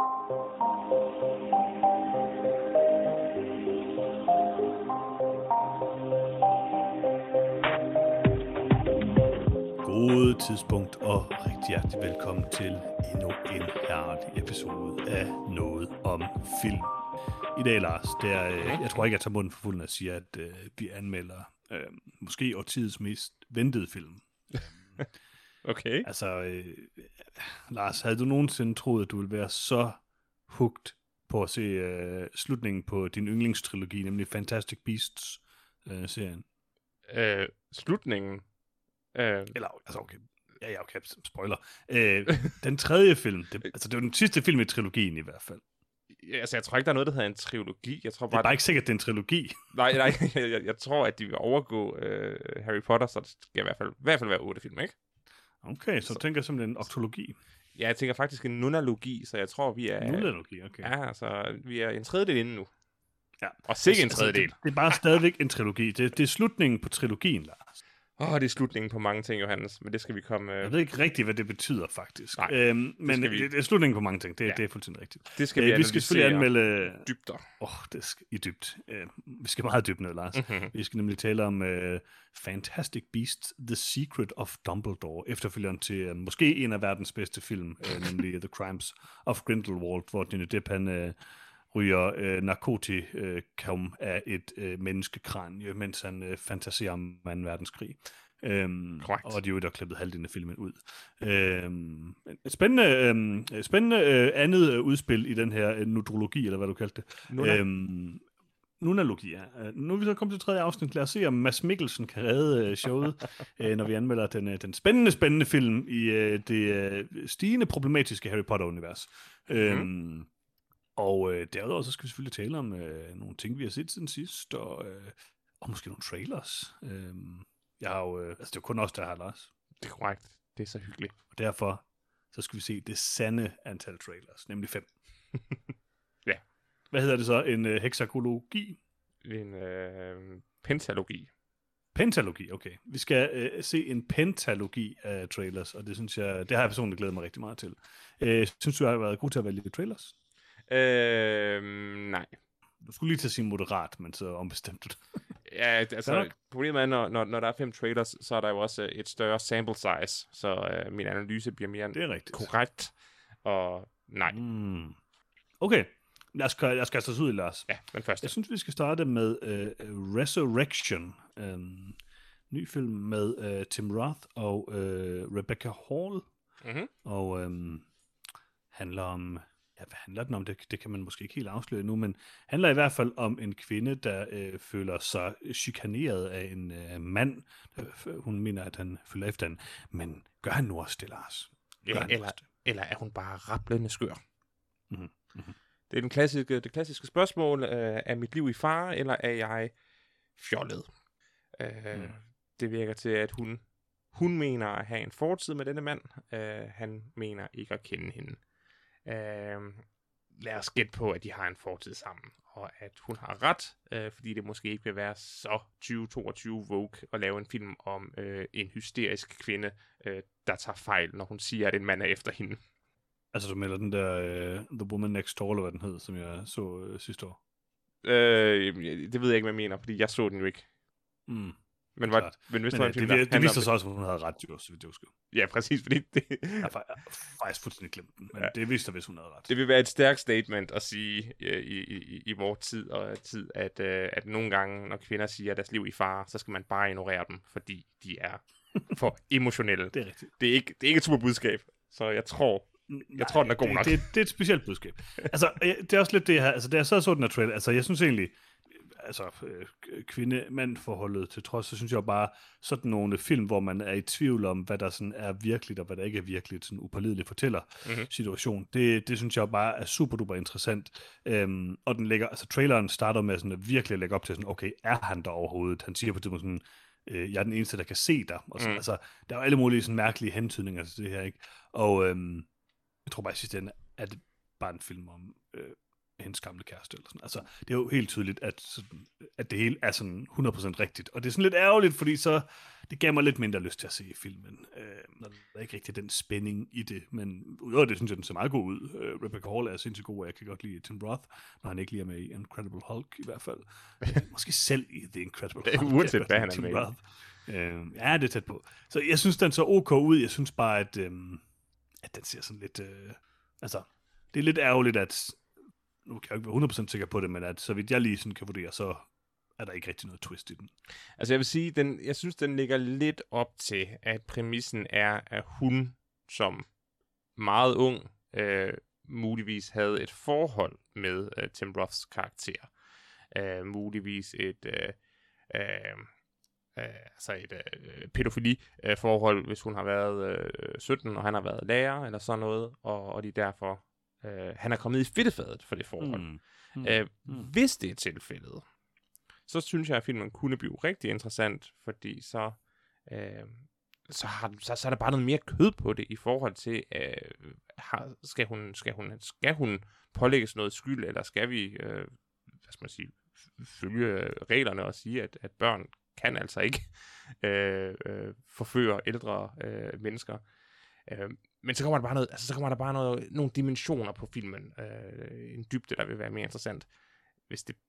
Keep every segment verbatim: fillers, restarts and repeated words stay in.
God tidspunkt og rigtig hjertelig velkommen til endnu en herlig episode af Noget om Film. I dag, Lars, der, øh, jeg tror ikke, jeg tager munden for fuld, når jeg siger, at øh, vi anmelder øh, måske årtidets mest ventede film. Okay. Altså, øh, Lars, havde du nogensinde troet, at du ville være så hooked på at se øh, slutningen på din yndlingstrilogi, nemlig Fantastic Beasts-serien? Øh, øh, slutningen? Øh... Eller, altså okay, ja, ja, okay, spoiler. Øh, den tredje film, det, altså det var den sidste film i trilogien i hvert fald. Altså, jeg tror ikke, der er noget, der hedder en trilogi. Jeg tror bare, det er bare ikke sikkert, at det er en trilogi. Nej, nej, jeg, jeg, jeg tror, at de vil overgå øh, Harry Potter, så det skal i hvert fald, i hvert fald være otte film, ikke? Okay, så, så. Du tænker simpelthen en oktologi. Ja, jeg tænker faktisk en nunalogi, så jeg tror, vi er... Nunalogi, okay. Ja, altså, vi er en tredjedel inde nu. Ja. Og sikkert en tredjedel. Altså, det, det er bare stadigvæk en trilogi. Det, det er slutningen på trilogien, Lars. Åh, oh, det er slutningen på mange ting, Johannes, men det skal vi komme... Øh... Jeg ved ikke rigtigt, hvad det betyder, faktisk. Nej, øhm, men det, vi... det, det er slutningen på mange ting, det, ja. det er fuldstændig rigtigt. Det skal vi øh, Vi skal selvfølgelig anmelde... dybder. Åh, oh, det skal i dybt. Øh, vi skal meget dybt ned, Lars. Mm-hmm. Vi skal nemlig tale om uh, Fantastic Beasts, The Secret of Dumbledore, efterfølgeren til uh, måske en af verdens bedste film, uh, nemlig The Crimes of Grindelwald, hvor Johnny Depp, han... Uh, ryger øh, narkotikum af et øh, menneskekranje, mens han øh, fantaserer om anden verdenskrig. Øhm, og de er jo der klippet halvdelen af filmen ud. Øhm, spændende øh, spændende øh, andet øh, udspil i den her øh, nudrologi, eller hvad du kaldte det. Nuna. Øhm, Nunalogi, ja. Nu er vi så kommet til tredje afsnit. Lad os se, om Mads Mikkelsen kan redde øh, showet, øh, når vi anmelder den, øh, den spændende, spændende film i øh, det øh, stigende problematiske Harry Potter-univers. Mm. Øhm, Og øh, derudover så skal vi selvfølgelig tale om øh, nogle ting, vi har set siden sidst, og, øh, og måske nogle trailers. Øh, jeg har jo, øh, altså det er jo kun os, der har, Lars. Det er korrekt. Det er så hyggeligt. Og derfor så skal vi se det sande antal trailers, nemlig fem. Ja. Hvad hedder det så? En øh, heksakologi? En øh, pentalogi. Pentalogi, okay. Vi skal øh, se en pentalogi af trailers, og det synes jeg, det har jeg personligt glædet mig rigtig meget til. Øh, synes du, jeg har været god til at vælge trailers? Øh, nej. Du skulle lige til at sige moderat, men så ombestemte du det. Ja, altså, problemet er, når, når, når der er fem trailers, så er der jo også et større sample size, så øh, min analyse bliver mere det er rigtigt. Korrekt, og nej. Mm. Okay, lad os, lad os kaste os ud, Lars. Ja, den første. Jeg synes, vi skal starte med uh, Resurrection, um, ny film med uh, Tim Roth og uh, Rebecca Hall, mm-hmm. og um, handler om... Ja, hvad handler den om? Det, det kan man måske ikke helt afsløre nu, men handler i hvert fald om en kvinde, der øh, føler sig chikaneret af en øh, mand. Der, hun mener, at han følger efter hende. Men gør han nu også det, Lars? Ja, eller, eller er hun bare rablende skør? Mm-hmm. Mm-hmm. Det er den klassiske, det klassiske spørgsmål. Øh, er mit liv i fare, eller er jeg fjollet? Øh, mm. Det virker til, at hun, hun mener at have en fortid med denne mand. Øh, han mener ikke at kende hende. Uh, lad os gætte på, at de har en fortid sammen, og at hun har ret, uh, fordi det måske ikke vil være så tyve toogtyve Vogue at lave en film om uh, en hysterisk kvinde, uh, der tager fejl, når hun siger, at en mand er efter hende. Altså du melder den der uh, The Woman Next Door, eller hvad den hed, som jeg så uh, sidste år? Uh, det ved jeg ikke, hvad jeg mener, fordi jeg så den jo ikke. Mm. Men, var, men, hvis men der uh, det, det, det viste sig også, at hun havde ret, jo, så vidt jeg husker. Ja, præcis, fordi det... Jeg har faktisk fuldstændig glemt den, men ja. Det viste sig, hvis hun havde ret. Det vil være et stærkt statement at sige i, i, i, i vores tid, og tid at, uh, at nogle gange, når kvinder siger deres liv i fare, så skal man bare ignorere dem, fordi de er for emotionelle. Det er rigtigt. Det er ikke, det er ikke et super budskab, så jeg tror... Jeg Nej, tror, den er god det, nok. Det, det, det er et specielt budskab. Altså, det er også lidt det her, altså, da jeg så så den her trailer, altså, jeg synes egentlig, altså, kvinde-mand-forholdet til trods, så synes jeg bare, sådan nogle film, hvor man er i tvivl om, hvad der sådan er virkeligt, og hvad der ikke er virkeligt, sådan upålideligt fortæller mm-hmm. situation, det, det synes jeg bare er super duper interessant. Øhm, og den lægger, altså, traileren starter med sådan at virkelig lægge op til sådan, okay, er han der overhovedet? Han siger på det sådan, øh, jeg er den eneste, der kan se dig. Og så, mm. altså, der er jo alle mulige sådan mærkelige hentydninger til det her, ikke? Og øhm, jeg tror bare i sidste ende, at det bare en film om øh, hendes gamle kæreste. Eller sådan. Altså, det er jo helt tydeligt, at, sådan, at det hele er sådan hundrede procent rigtigt. Og det er sådan lidt ærgerligt, fordi så det gav mig lidt mindre lyst til at se filmen. Øh, når der er ikke rigtig den spænding i det. Men udover det, synes jeg, den ser meget god ud. Øh, Rebecca Hall er sindssygt god, og jeg kan godt lide Tim Roth, når han ikke lige er med i Incredible Hulk i hvert fald. Øh, måske selv i The Incredible Hulk. Uanset hvad han er med i. Øh, ja, det er tæt på. Så jeg synes, den så ok ud. Jeg synes bare, at, øh, at den ser sådan lidt... Øh, altså, det er lidt ærgerligt, at... Nu kan jeg ikke være hundrede procent sikker på det, men at så vidt jeg lige sådan kan vurdere, så er der ikke rigtig noget twist i den. Altså jeg vil sige, den, jeg synes, den ligger lidt op til, at præmissen er, at hun som meget ung øh, muligvis havde et forhold med øh, Tim Roths karakter. Øh, muligvis et... Øh, øh, øh, altså et øh, pædofili-forhold, hvis hun har været øh, sytten, og han har været lærer, eller sådan noget, og, og de derfor... Øh, han er kommet i fedtefadet for det forhold. Mm. Mm. Øh, mm. Hvis det er tilfældet, så synes jeg, at filmen kunne blive rigtig interessant, fordi så, øh, så, har, så, så er der bare noget mere kød på det i forhold til, øh, har, skal, hun, skal, hun, skal hun pålægges noget skyld, eller skal vi øh, hvad skal man sige, følge reglerne og sige, at, at børn kan altså ikke øh, øh, forføre ældre øh, mennesker. Øh, men så kommer der bare noget, altså så kommer der bare noget, nogle dimensioner på filmen, øh, en dybde, der vil være mere interessant. Hvis det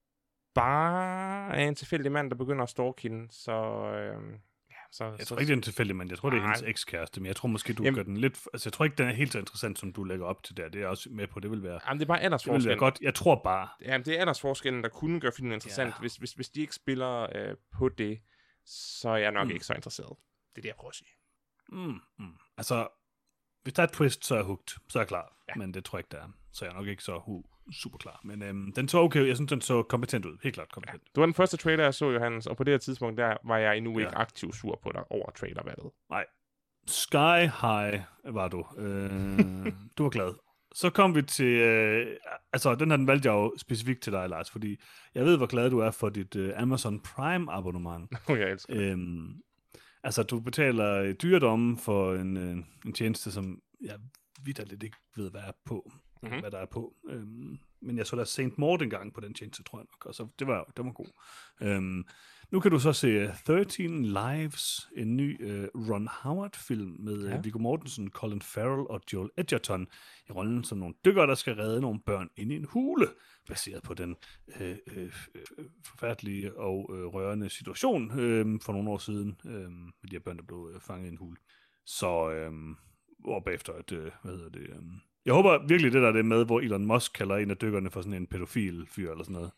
bare er en tilfældig mand, der begynder at stalke hende, så... Øh, ja, så jeg så, tror ikke, det er en tilfældig mand. Jeg tror, det er hendes ekskæreste, men jeg tror måske, du jamen, gør den lidt... Altså, jeg tror ikke, den er helt så interessant, som du lægger op til der. Det er jeg også med på, det vil være... Jamen, det er bare aldersforskellen. Det vil være godt. Jeg tror bare... Jamen, det er aldersforskellen, der kunne gøre filmen interessant. Ja. Hvis, hvis, hvis de ikke spiller øh, på det, så er jeg nok mm. ikke så interesseret. Det er det, jeg prøver at sige. Mm, mm. Altså... Hvis der er et twist, så er jeg hooked. Så er jeg klar. Ja. Men det tror jeg ikke, der er. Så jeg er nok ikke så uh, super klar. Men øhm, den så okay. Jeg synes, den så kompetent ud. Helt klart kompetent. Ja. Du var den første trailer, jeg så, Johannes. Og på det her tidspunkt, der var jeg endnu ja. ikke aktiv sur på dig over trailervalget. Nej. Sky high var du. Øh, du var glad. Så kom vi til... Øh, altså, den her den valgte jeg jo specifikt til dig, Lars. Fordi jeg ved, hvor glad du er for dit øh, Amazon Prime abonnement. Oh, jeg elsker det. Øhm, Altså, du betaler dyredomme for en, en, en tjeneste, som jeg vitterligt ikke ved, hvad er på, mm-hmm. hvad der er på. Øhm, men jeg så der Saint Maud engang på den tjeneste, tror jeg nok, og så det var, det var god. Øhm, nu kan du så se thirteen Lives, en ny uh, Ron Howard-film med ja. uh, Viggo Mortensen, Colin Farrell og Joel Edgerton i rollen som nogle dykkere, der skal redde nogle børn inde i en hule, baseret på den øh, øh, forfærdelige og øh, rørende situation øh, for nogle år siden, øh, med de her børn, der blev øh, fanget i en hule. Så, øh, og bagefter, at, øh, hvad hedder det... Øh, jeg håber virkelig, det der er det med, hvor Elon Musk kalder en af dykkerne for sådan en pædofil fyr eller sådan noget.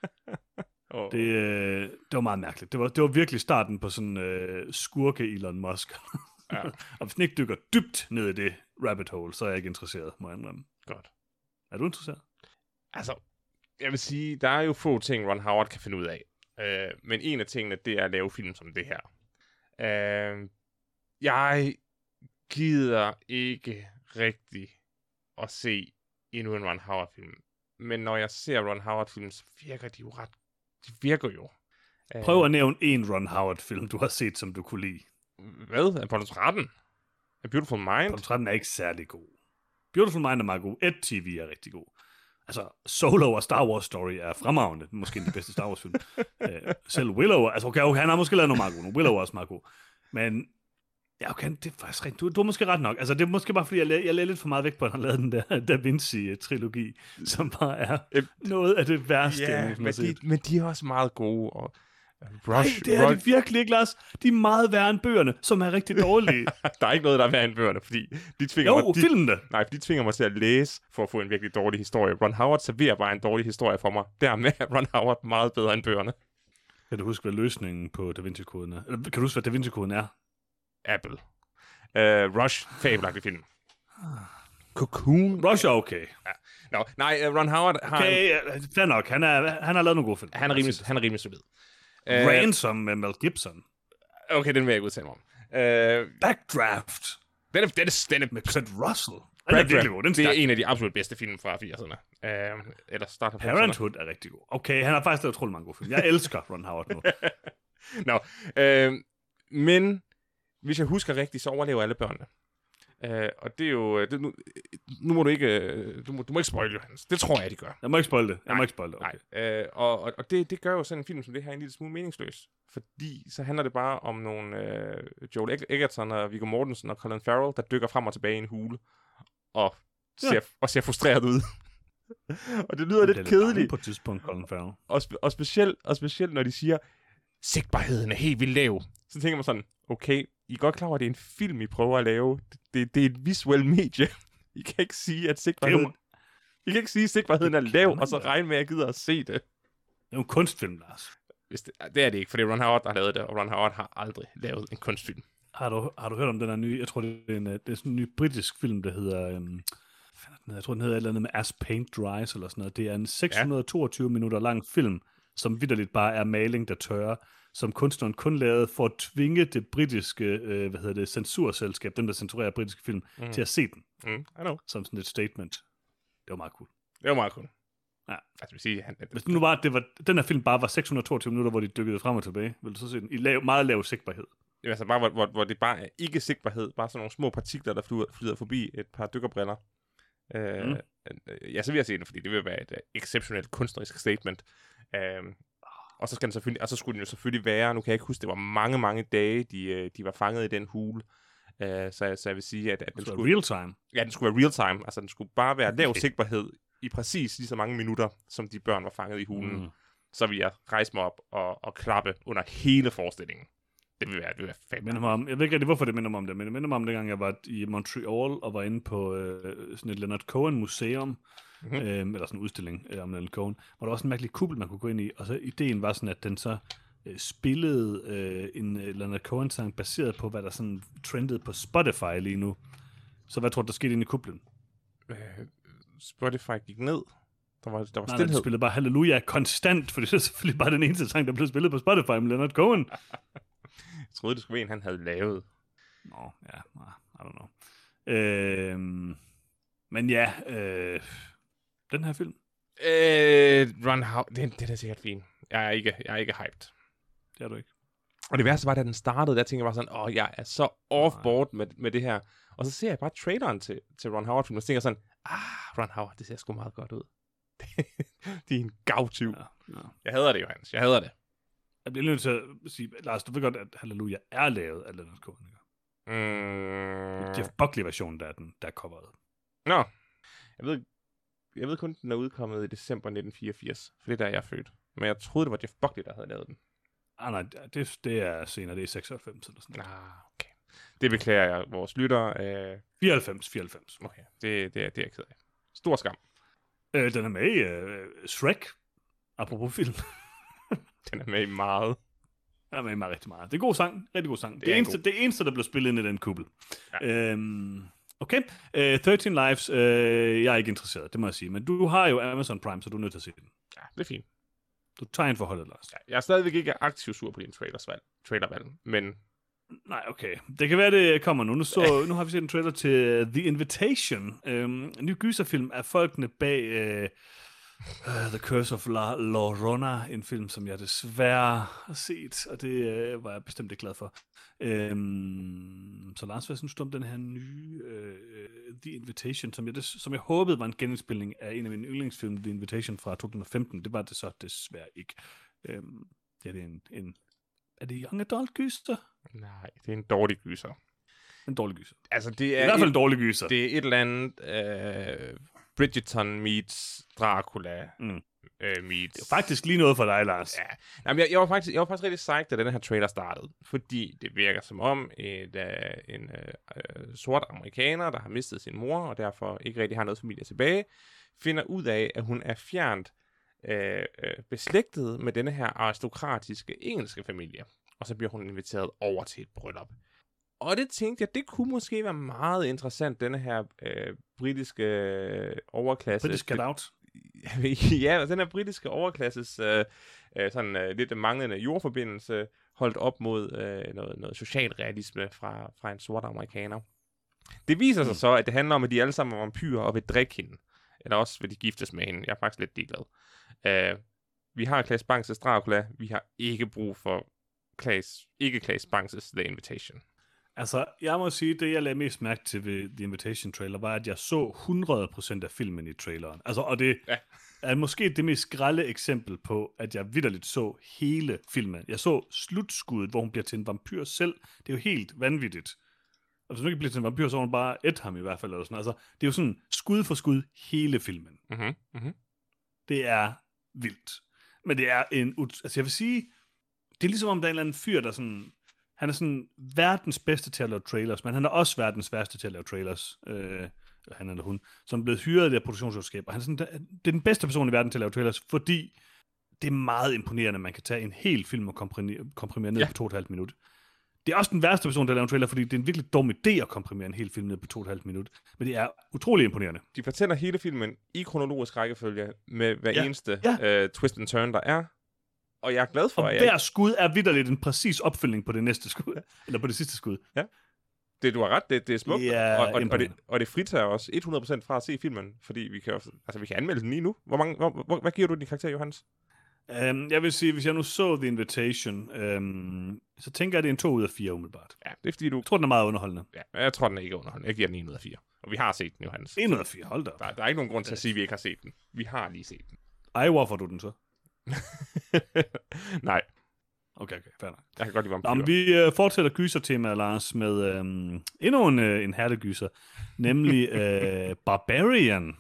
oh. det, øh, det var meget mærkeligt. Det var, det var virkelig starten på sådan øh, skurke Elon Musk. ja. Og hvis den ikke dykker dybt ned i det rabbit hole, så er jeg ikke interesseret, må jeg indrømme. Godt. Er du interesseret? Altså, jeg vil sige, der er jo få ting, Ron Howard kan finde ud af. Øh, men en af tingene, det er at lave film som det her. Øh, jeg gider ikke rigtig at se endnu en Ron Howard-film. Men når jeg ser Ron Howard-film, så virker de jo ret... De virker jo. Prøv at nævne en Ron Howard-film, du har set, som du kunne lide. Hvad? Apollo tretten? A Beautiful Mind? Apollo tretten er ikke særlig god. Beautiful Mind er meget god. Ed T V er rigtig god. Altså, Solo og Star Wars Story er fremragende. Måske den bedste Star Wars-film. uh, selv Willow, altså okay, okay, han har måske lavet noget meget god. Willow er også meget god. Men, ja okay, det er faktisk rent. Du, du har måske ret nok. Altså, det er måske bare, fordi jeg lagde, jeg lagde lidt for meget væk på, at han lavede den der Da Vinci-trilogi, som bare er noget af det værste. Ja, men de, men de er også meget gode, og Rush, Nej, det er Rush. De virkelig ikke, Lars. De er meget værre end bøgerne, som er rigtig dårlige. Der er ikke noget, der er værre end bøgerne, fordi de tvinger, jo, mig, de, filmene. Nej, de tvinger mig til at læse for at få en virkelig dårlig historie. Ron Howard serverer bare en dårlig historie for mig. Dermed er Ron Howard meget bedre end bøgerne. Kan du huske, hvad løsningen på Da Vinci-koden er? Eller kan du huske, hvad Da Vinci-koden er? Apple. Uh, Rush, fabelagtig film. Cocoon. Rush er okay. Ja. No, nej, Ron Howard har... Okay, en... fair nok. Han, er, han har lavet nogle gode film. Han er rimelig, han er rimelig solid. Uh, Ransom med Mel Gibson. Okay, den vil jeg ikke udtale mig om. Uh, Backdraft. Den er, den er, den er, med Kurt Russell. Den er virkelig god. Den det er en af de absolut bedste film fra firserne. Uh, eller starter på Parenthood er rigtig god. Okay, han har faktisk lavet utrolig mange gode film. Jeg elsker Ron Howard nu. Nå, no. uh, men hvis jeg husker rigtigt, så overlever alle børnene. Uh, og det er jo... Det, nu, nu må du ikke... Du må, du må ikke spoile, Johannes. Det tror jeg, de gør. Jeg må ikke spoile det. Jeg nej, må ikke spoile det. Okay. Nej. Uh, og og, og det, det gør jo sådan en film som det her en lille smule meningsløs. Fordi så handler det bare om nogle uh, Joel Edgerton og Viggo Mortensen og Colin Farrell, der dykker frem og tilbage i en hule. Og ser, ja. og ser frustreret ud. Og det lyder det lidt kedeligt. På et tidspunkt, Colin Farrell. Og, spe, og, specielt, og specielt, når de siger, sigtbarheden er helt vildt lav. Så tænker man sådan, okay, I er godt klar over, at det er en film, I prøver at lave. Det, det er et visuelt medie. I kan ikke sige, at sigtbarheden, I kan ikke sige, at sigtbarheden er lav, og så regne med, at jeg gider at se det. Det er jo en kunstfilm, Lars. Hvis det, det er det ikke, for det er Ron Howard, der har lavet det, og Ron Howard har aldrig lavet en kunstfilm. Har du, har du hørt om den her nye, jeg tror, det er, en, det er sådan en ny britisk film, der hedder... Um Jeg tror, den hedder et eller andet med As Paint Dries, eller sådan noget. Det er en seks hundrede og toogtyve ja. minutter lang film, som vitterligt bare er maling, der tørrer, som kunstneren kun lavede for at tvinge det britiske, øh, hvad hedder det, censurselskab, dem der censurerer britiske film, mm. til at se den. Mm, I know. Som sådan et statement. Det var meget cool. Det var meget cool. Ja. Altså, vil sige, han, Hvis nu var, det var, den her film bare var seks hundrede og toogtyve minutter, hvor de dykkede frem og tilbage, vil du så se den? I lav, meget lav sigtbarhed. Det er altså bare, hvor, hvor, hvor det bare er ikke sigtbarhed, bare sådan nogle små partikler, der flyder, flyder forbi et par dykkerbriller. Uh, mm. Ja, så vil jeg se den, fordi det vil være et uh, exceptionelt kunstnerisk statement. Uh, og så skal den selvfølgelig, og så skulle den jo selvfølgelig være, nu kan jeg ikke huske, det var mange, mange dage, de, uh, de var fanget i den hule. Uh, så, så jeg vil sige, at, at den skulle... real time? Ja, den skulle være real time. Altså, den skulle bare være lav sigtbarhed i præcis lige så mange minutter, som de børn var fanget i hulen. Mm. Så vil jeg rejse mig op og, og klappe under hele forestillingen. Det vil være, det vil være fandme. Minder mig om, jeg ved ikke rigtig, hvorfor det minder mig om det, men det minder mig om dengang, jeg var i Montreal og var inde på øh, sådan et Leonard Cohen museum, mm-hmm. øh, eller sådan en udstilling øh, om Leonard Cohen, hvor der var sådan en mærkelig kuppel, man kunne gå ind i, og så ideen var sådan, at den så øh, spillede øh, en øh, Leonard Cohen-sang baseret på, hvad der sådan trendede på Spotify lige nu. Så hvad tror du, der skete inde i kuplen? Øh, Spotify gik ned. Der var, der var nej, stilhed. Nej, de spillede bare Halleluja konstant, for det er selvfølgelig bare den eneste sang, der blev spillet på Spotify med Leonard Cohen. Jeg troede, det skulle være en, han havde lavet. Nå, ja, I don't know. Øh, men ja, øh, den her film. Øh, Ron Howard, det, det er sikkert fint. Jeg er ikke, jeg er ikke hyped. Det er du ikke. Og det værste var, da den startede, der tænkte jeg bare sådan, åh, jeg er så off-board med, med det her. Og så ser jeg bare traileren til, til Ron Howard-filmen, og så tænker jeg sådan, ah, Ron Howard, det ser sgu meget godt ud. Det er en gavtyv. Ja, ja. Jeg hader det, Johannes. Jeg hader det. Jeg bliver nødt til at sige, Lars, du ved godt, at Halleluja er lavet af Leonard Cohen. Mm. Jeff Buckley-versionen, der er den, der er coveret. Nå. Jeg ved, jeg ved kun, den er udkommet i december nitten fireogfirs, for det er der, jeg er født. Men jeg troede, det var Jeff Buckley, der havde lavet den. Ah, nej, det, det er senere, det er seksoghalvfems eller sådan noget. Ah, okay. Det beklager jeg, vores lyttere. Øh... fireoghalvfems, fireoghalvfems. Okay, det, det, er, det er jeg ked af. Stor skam. Øh, den er med i uh, Shrek, apropos film. Den er med i meget. Den er med i meget, rigtig meget. Det er god sang, rigtig god sang. Det, det, eneste, god. det eneste, der blev spillet ind i den kuppel. Ja. Øhm, okay, uh, tretten Lives, uh, jeg er ikke interesseret, det må jeg sige. Men du har jo Amazon Prime, så du er nødt til at se den. Ja, det er fint. Du tager en forholdet, Lars. Ja, jeg er stadigvæk ikke aktiv sur på din trailervalg, trailervalg, men... Nej, okay. Det kan være, det kommer nu. Nu, så, nu har vi set en trailer til uh, The Invitation. Um, en ny gyserfilm af folkene bag uh, uh, The Curse of La Llorona. En film, som jeg desværre har set, og det uh, var jeg bestemt ikke glad for. Um, så Lars, hvad synes du om den her nye uh, The Invitation, som jeg, des, som jeg håbede var en genindspilning af en af mine yndlingsfilm, The Invitation fra to tusind og femten. Det var det så desværre ikke. Um, ja, det er en... en Er det young adult gyser? Nej, det er en dårlig gyser. En dårlig gyser. Altså, det er I hvert fald et, en dårlig gyser. Det er et eller andet øh, Bridgerton meets Dracula mm. øh, meets... Det er faktisk lige noget for dig, Lars. Ja. Jamen, jeg, jeg, var faktisk, jeg var faktisk rigtig psyched, da den her trailer startede. Fordi det virker som om et, øh, en øh, sort amerikaner, der har mistet sin mor, og derfor ikke rigtig har noget familie tilbage, finder ud af, at hun er fjernt øh, øh, beslægtet med denne her aristokratiske engelske familie. Og så bliver hun inviteret over til et bryllup. Og det tænkte jeg, det kunne måske være meget interessant, denne her øh, britiske øh, overklasse. British cut out. Ja, den her britiske overklasses øh, øh, sådan øh, lidt manglende jordforbindelse holdt op mod øh, noget, noget socialrealisme fra, fra en sort amerikaner. Det viser sig mm. så, at det handler om, at de alle sammen er vampyrer og vil drikke hende. Eller også vil de giftes med hende. Jeg er faktisk lidt ligeglad. Øh, vi har Claes Banks' Dracula. Vi har ikke brug for Claes, ikke Claes Banks' The Invitation. Altså, jeg må sige, det jeg lagde mest mærke til ved The Invitation trailer, var, at jeg så hundrede procent af filmen i traileren. Altså, og det ja. er måske det mest grelle eksempel på, at jeg vitterligt så hele filmen. Jeg så slutskuddet, hvor hun bliver til en vampyr selv. Det er jo helt vanvittigt. Og hvis hun ikke bliver til en vampyr, så har hun bare et ham i hvert fald. Eller sådan. Altså, det er jo sådan skud for skud hele filmen. Mm-hmm. Mm-hmm. Det er vildt. Men det er en... Altså, jeg vil sige, det er ligesom om, der er en eller anden fyr, der sådan... Han er sådan verdens bedste til at lave trailers, men han er også verdens værste til at lave trailers. Øh, han eller hun, som er blevet hyret af det her produktionsselskab. Og han er, sådan, det er den bedste person i verden til at lave trailers, fordi det er meget imponerende, at man kan tage en hel film og komprimere, komprimere ned ja. på to og et halvt minut. Det er også den værste person, der laver en trailer, fordi det er en virkelig dum idé at komprimere en hel film ned på to og et halvt minut. Men det er utrolig imponerende. De fortæller hele filmen i kronologisk rækkefølge med hver ja. eneste ja. Uh, twist and turn, der er. Og jeg er glad for, og at hver jeg... skud er vitterligt en præcis opfølgning på det næste skud. Eller på det sidste skud. Ja. Det, du har ret, det, det er smukt. Ja, og, og, og, det, og det fritager os hundrede procent fra at se filmen, fordi vi kan, også, altså, vi kan anmelde den lige nu. Hvor mange, hvor, hvor, hvad giver du din karakter, Johannes? Um, jeg vil sige, hvis jeg nu så The Invitation, um, så tænker jeg, at det er en to ud af fire umiddelbart. Ja, det er fordi du... Jeg tror, den er meget underholdende. Ja, jeg tror, den er ikke underholdende. Jeg giver den en ud af fire. Og vi har set den, Johannes. en ud af fire, hold da op. Der, der er ikke nogen grund til at sige, at vi ikke har set den. Vi har lige set den. Ej, hvorfor du den så? Nej. Okay, okay, fair nok. Jeg kan godt lide vampyrer. Om vi uh, fortsætter gyser-temaet, Lars, med um, endnu en, uh, en hertegyser, nemlig uh, Barbarian.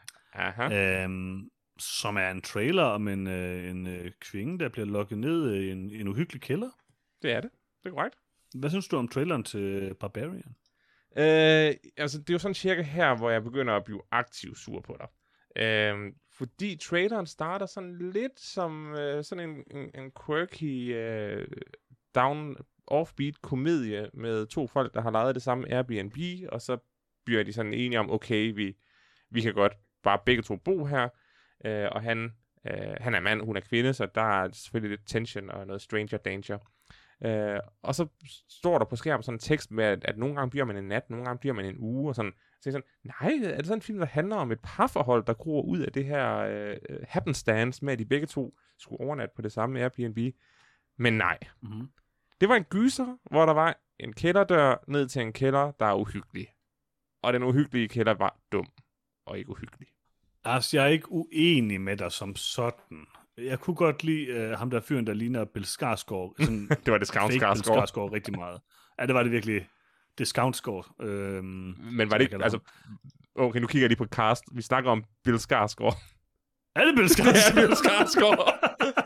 Aha. Um, som er en trailer om en, uh, en uh, kvinde, der bliver lukket ned i en, en uhyggelig kælder. Det er det. Det er korrekt. Hvad synes du om traileren til Barbarian? Øh, altså, det er jo sådan cirka her, hvor jeg begynder at blive aktivt sur på dig. Øh, fordi traileren starter sådan lidt som øh, sådan en, en, en quirky øh, down offbeat komedie med to folk, der har lejet det samme Airbnb, og så bliver de sådan enige om, okay, vi, vi kan godt bare begge to bo her, øh, og han, øh, han er mand, hun er kvinde, så der er selvfølgelig lidt tension og noget stranger danger. Øh, og så står der på skærmen sådan en tekst med, at, at nogle gange bliver man en nat, nogle gange bliver man en uge, og sådan. Så sådan, nej, er det sådan en film, der handler om et parforhold, der gror ud af det her øh, happenstance med, at de begge to skulle overnatte på det samme Airbnb? Men nej. Mm-hmm. Det var en gyser, hvor der var en kælderdør ned til en kælder, der er uhyggelig. Og den uhyggelige kælder var dum og ikke uhyggelig. Altså, jeg er ikke uenig med dig som sådan. Jeg kunne godt lide uh, ham der fyren, der ligner Bill Skarsgård. Sådan det var det Skarsgård. Bill Skarsgård rigtig meget. Ja, det var det virkelig. Discount-score. Øhm, Men var det ikke, altså, okay, nu kigger jeg lige på cast. Vi snakker om Bill Skarsgård. Er det Bill Skarsgård? Det er Bill Skarsgård.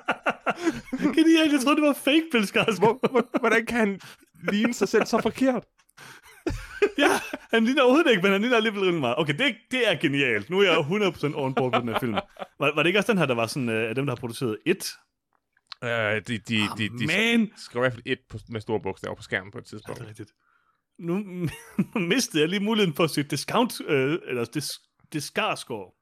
Genialt, jeg troede, det var fake Bill Skarsgård. Hvor, hvordan kan han ligne sig selv så forkert? Ja, han ligner overhovedet ikke, men han ligner alligevel rimelig meget. Okay, det, det er genialt. Nu er jeg hundrede procent on board på den her film. Var, var det ikke også den her, der var sådan, af uh, dem, der har produceret It? Uh, de de, de, oh, de, de skrev i hvert fald et på, med store bogstaver på skærmen på et tidspunkt. Ja, det er rigtigt. Nu mistede jeg lige muligheden for at sige discount, øh, eller dis, Discarsgård.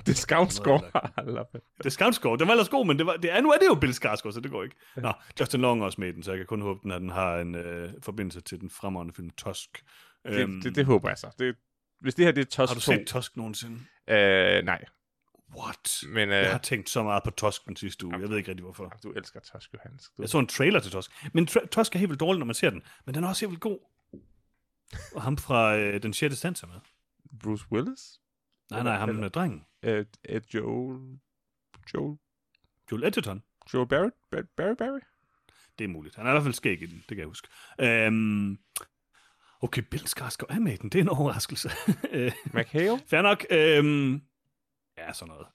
Discount-score. Discount-score. Den var ellers god, men det var, det er, nu er det jo Bill Skarsgård, så det går ikke. Nå, Justin Long er også med den, så jeg kan kun håbe, den, at den har en øh, forbindelse til den fremragende film Tusk. Det, um, det, det håber jeg så. Det, hvis det her det er Tusk Har du set Tusk nogensinde? Øh, nej. What? Men, øh, jeg har tænkt så meget på Tusk den sidste uge. Jeg ved ikke rigtig, hvorfor. Du elsker Tusk, Johannes. Du... Jeg så en trailer til Tusk. Men tra- Tusk er helt vildt dårlig, når man ser den. Men den er også helt vildt god. Og ham fra øh, den sjette stand med. Bruce Willis? Nej, nej, ham med drengen. Uh, uh, Joel... Joel... Joel Edgerton. Joel Barrett? Barry Barry? Det er muligt. Han er i hvert fald skæg i den, det kan jeg huske. Øhm, okay, Bill Skarsgård er med i den. Det er en overraskelse. McHale? Fair nok. Øhm, ja, sådan noget.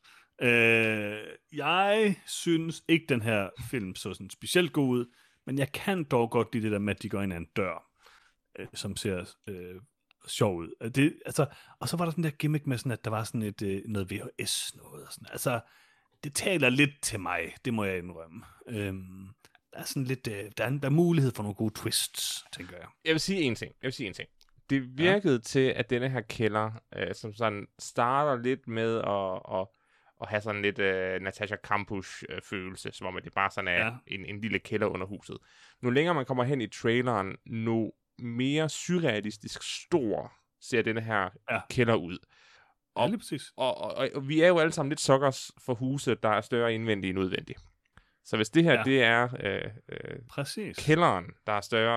Øh, jeg synes ikke, den her film så sådan specielt god ud, men jeg kan dog godt lide det der med, at de går ind ad en dør, øh, som ser øh, sjov ud. Det, altså, og så var der sådan der gimmick med, sådan, at der var sådan et, øh, noget V H S noget. Og sådan. Altså, det taler lidt til mig, det må jeg indrømme. Øhm, der er sådan lidt, øh, der, er, der er mulighed for nogle gode twists, tænker jeg. Jeg vil sige en ting. Jeg vil sige en ting. Det virkede ja. til, at denne her kælder, øh, som sådan starter lidt med at, at, at have sådan lidt øh, Natasha Kampusch-følelse, som om det bare sådan er ja. en, en lille kælder under huset. Nu længere man kommer hen i traileren, nu mere surrealistisk stor ser denne her ja. kælder ud. Og, ja, lige præcis. Og, og, og, og vi er jo alle sammen lidt suckers for huse, der er større indvendigt end udvendigt. Så hvis det her, ja. det er øh, øh, kælderen, der er større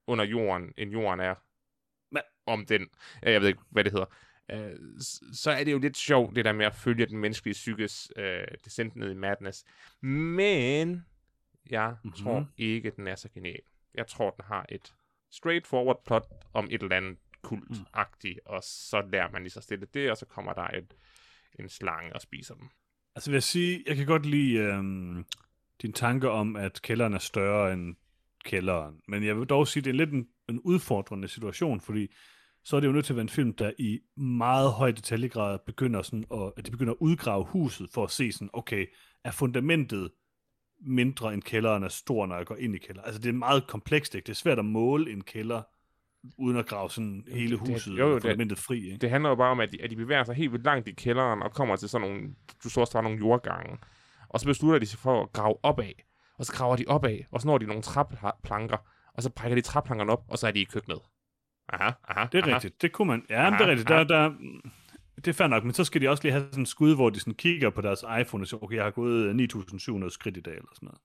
under jorden, end jorden er Men... om den. Jeg ved ikke, hvad det hedder. Øh, så er det jo lidt sjovt, det der med at følge den menneskelige psykes øh, descent ned i madness. Men jeg mm-hmm. tror ikke, den er så genial. Jeg tror, den har et straightforward plot om et eller andet kult-agtigt, mm. og så lærer man lige så stille det, og så kommer der et, en slange og spiser dem. Altså vil jeg sige, jeg kan godt lide øhm, din tanke om, at kælderen er større end kælderen, men jeg vil dog sige, at det er lidt en, en udfordrende situation, fordi så er det jo nødt til at være en film, der i meget høj detaljegrad begynder sådan, at, at de begynder at udgrave huset for at se sådan, okay, er fundamentet mindre end kælderen er stor, når jeg går ind i kælderen? Altså det er meget komplekst, ikke? Det er svært at måle en kælder, uden at grave sådan hele huset det, jo, jo, fundamentet fri, ikke? Det handler jo bare om, at de, at de bevæger sig helt vildt langt i kælderen, og kommer til sådan nogle, du så også, der er nogle jordgange, og så beslutter de sig for at grave opad, og så graver de opad, og så når de nogle træplanker, og så brækker de træplankerne op, og så er de i køkkenet. Aha, aha, det er aha. rigtigt, det kunne man, ja, aha, det er rigtigt, der, der, det er fair nok, men så skal de også lige have sådan en skud, hvor de sådan kigger på deres iPhone og siger, okay, jeg har gået ni tusind syv hundrede skridt i dag, eller sådan noget.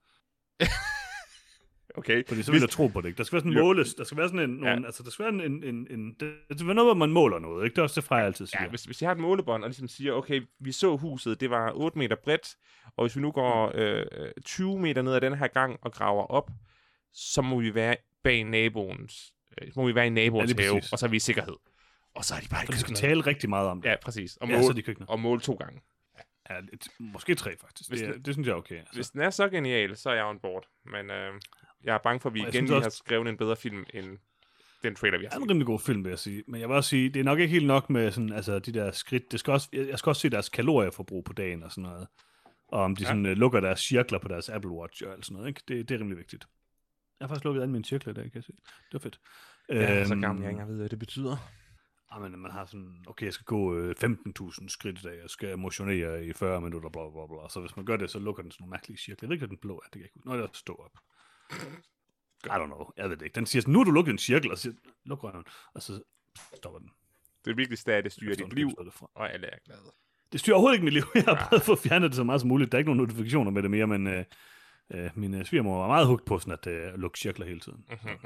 Okay. Fordi så vil jeg tro på det, ikke? Der skal være sådan en måles, der skal være sådan en, nogle, ja. altså der skal være en, en, en, det skal være noget, hvor man måler noget, ikke? Det er også det fra, jeg altid siger. Ja, hvis, hvis jeg har et målebånd, og ligesom siger, okay, vi så huset, det var otte meter bredt, og hvis vi nu går øh, tyve meter ned ad den her gang og graver op, så må vi være bag naboens, øh, må vi være i naboens ja, have, og så er vi i sikkerhed. Og så er de bare i køkkenet. Så de skal tale rigtig meget om det. Ja, præcis. Og ja, måle, så er de køkkenet. og måle to gange. Ja, lidt, måske tre faktisk. Det, den, det synes jeg er okay. Altså. Hvis den er så genial, så er jeg on board. Men øh, jeg er bange for, at vi igen lige også... har skrevet en bedre film, end den trailer, vi har set. Det er en rimelig god film, vil jeg sige. Men jeg vil også sige, det er nok ikke helt nok med sådan, altså, de der skridt. Det skal også, jeg skal også se deres kalorieforbrug på dagen og sådan noget. Og om de ja. sådan, uh, lukker deres cirkler på deres Apple Watch og sådan noget. Ikke? Det, det er rimelig vigtigt. Jeg har faktisk lukket alle mine cirkler i dag, kan jeg se. Det var fedt. Ja, øhm, så gammel jeg ikke ved, hvad det betyder. Men man har sådan, okay, jeg skal gå øh, femten tusind skridt i dag, jeg skal motionere i fyrre minutter, bla bla bla. Så hvis man gør det, så lukker den sådan nogle mærkelige cirkler. Jeg ved ikke, hvad den blå er, det kan jeg ikke. Nå, det er at stå op. I don't know, jeg ved det ikke. Den siger sådan, nu har du lukket en cirkel, og så siger, luk røven, og så stopper den. Det vigtigste er, at det styrer dit liv, og alle er glade. Det styrer overhovedet ikke mit liv. Jeg har prøvet at få fjernet det så meget som muligt. Der er ikke nogen notifikationer med det mere, men øh, øh, min øh, svigermor var meget hugt på sådan at øh, lukke cirkler hele tiden.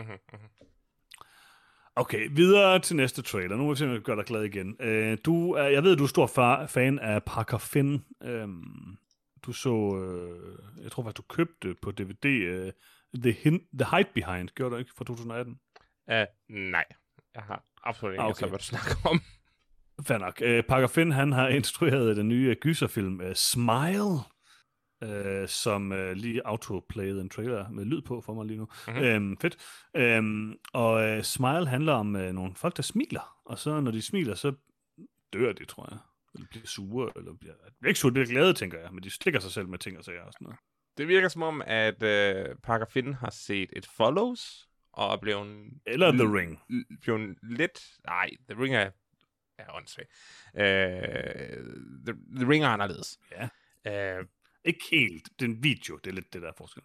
Okay, videre til næste trailer. Nu må vi se, om jeg gør dig glad igen. Uh, du er, jeg ved, du er stor far, fan af Parker Finn. Um, du så, uh, jeg tror faktisk, du købte på D V D uh, The, Hin- The Hide Behind, gjorde du ikke, fra to tusind atten? Uh, nej, jeg har absolut ikke ah, okay. hvad du snakker om. Fair nok. Uh, Parker Finn, han har instrueret den nye gyserfilm uh, Smile, Uh, som uh, lige autoplayede en trailer med lyd på for mig lige nu. Mm-hmm. Um, fedt. Um, og uh, Smile handler om uh, nogle folk, der smiler, og så når de smiler, så dør de, tror jeg. Eller bliver sure, eller bliver, bliver ikke sure, bliver glade, tænker jeg, men de slikker sig selv med ting og sager og sådan noget. Det virker som om, at uh, Parker Finn har set et Follows, og er blevet... Eller The l- Ring. L- blevet lidt... Nej, The Ring er... er åndssvagt. Uh, the, the Ring er anderledes. Ja. Uh, Ikke helt. Det er en video. Det er lidt det, der er forskel.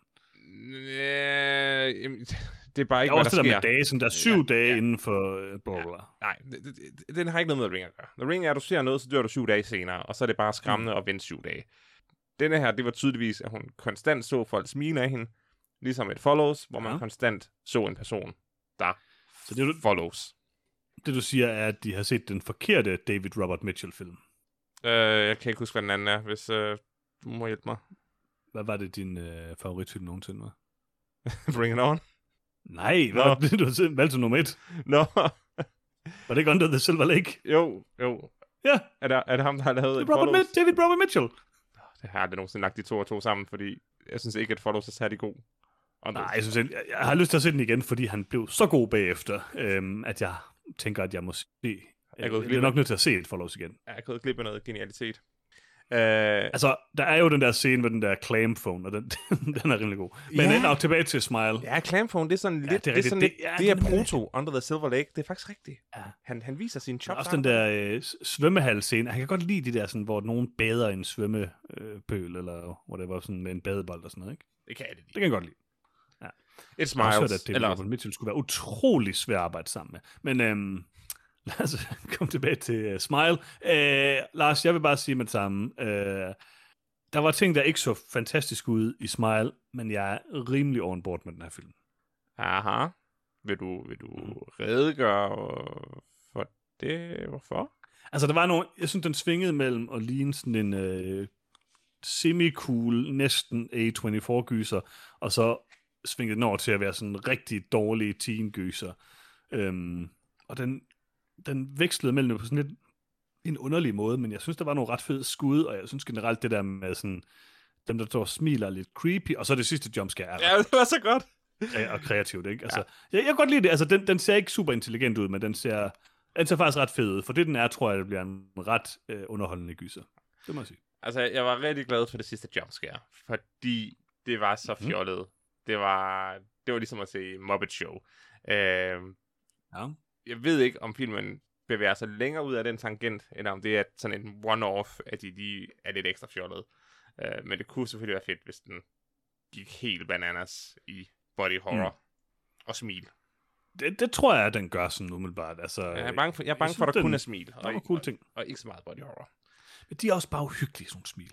Øh, det er bare ikke, der hvad der sker. Der er også det der med dage, sådan der er syv ja, dage ja. inden for uh, bla bla. Ja, nej, det, det, den har ikke noget med The Ring at gøre. The Ring er, at du ser noget, så dør du syv dage senere, og så er det bare skræmmende mm. at vente syv dage. Denne her, det var tydeligvis, at hun konstant så folk smile af hende, ligesom et Follows, hvor man ja. konstant så en person, der så det, du, follows. Det du siger er, at de har set den forkerte David Robert Mitchell-film. Øh, jeg kan ikke huske, hvad den anden er, hvis... Øh, du må hjælpe mig. Hvad var det, din øh, favoritfilm nogensinde var? Bring It On? Nej, hvad no. det, du har valgt til nummer et? Nå. No. Var det ikke Under the Silver Lake? Jo, jo. Ja. Er, der, er det ham, der har lavet et Robert Follows? Mi- David Robert Mitchell. Det har jeg aldrig nogensinde lagt de to og to sammen, fordi jeg synes ikke, at Follows er særlig god. Nej, jeg, synes, jeg, jeg har lyst til at se den igen, fordi han blev så god bagefter, øhm, at jeg tænker, at jeg må se... Jeg, jeg, jeg er nok nødt til at se et Follows igen. Jeg er gået glip af noget genialitet. Uh, altså, der er jo den der scene med den der clam phone, og den, den er rimelig god. Men ja. nok tilbage til Smile. Ja, clam phone, det er sådan lidt, ja, det er, det er, sådan det, lidt, ja, det er proto Under the Silver Lake. Det er faktisk rigtigt. Ja. Han, han viser sin chops. Også den der øh, svømmehal-scene. Han kan godt lide de der, sådan, hvor nogen bader i en svømmepøl, eller whatever, sådan med en badebold og sådan noget, ikke? Det kan jeg det lide. Det kan jeg godt lide. Ja. Et Smiles. Jeg har også hørt, at David Robert Mitchell skulle være utrolig svær at arbejde sammen med. Men... Øhm, lad os komme tilbage til uh, Smile. Uh, Lars, jeg vil bare sige med det samme. Uh, der var ting, der ikke så fantastisk ud i Smile, men jeg er rimelig on board med den her film. Aha. Vil du, vil du redegøre for det? Hvorfor? Altså, der var nogle... Jeg synes, den svingede mellem at ligne sådan en øh, semi-cool, næsten A toogtyve-gyser, og så svingede den over til at være sådan en rigtig dårlig teen-gyser. Øhm, og den, den vekslede mellem på sådan lidt en underlig måde, men jeg synes, der var nogle ret fede skud, og jeg synes generelt det der med sådan... Dem, der står og smiler lidt creepy, og så det sidste jumpscare. Ja, det var så godt. Ja, og kreativt, ikke? Altså, ja. jeg, jeg kan godt lide det. Altså, den, den ser ikke super intelligent ud, men den ser, den ser faktisk ret fed ud. For det, den er, tror jeg, det bliver en ret øh, underholdende gyser. Det må jeg sige. Altså, jeg var rigtig glad for det sidste jumpscare, fordi det var så fjollet. Mm. Det var det var ligesom at se Muppet Show. Øh, ja. Jeg ved ikke, om filmen bevæger sig længere ud af den tangent, eller om det er sådan en one-off, at de lige er lidt ekstra fjollet. Øh, men det kunne selvfølgelig være fedt, hvis den gik helt bananas i body horror mm. og smil. Det, det tror jeg, at den gør sådan umiddelbart. Altså, jeg er bange for, jeg er bange for at der kun er smil. Og, og, cool ting. Og, og ikke så meget body horror. Men de er også bare uhyggelige, sådan nogle smil.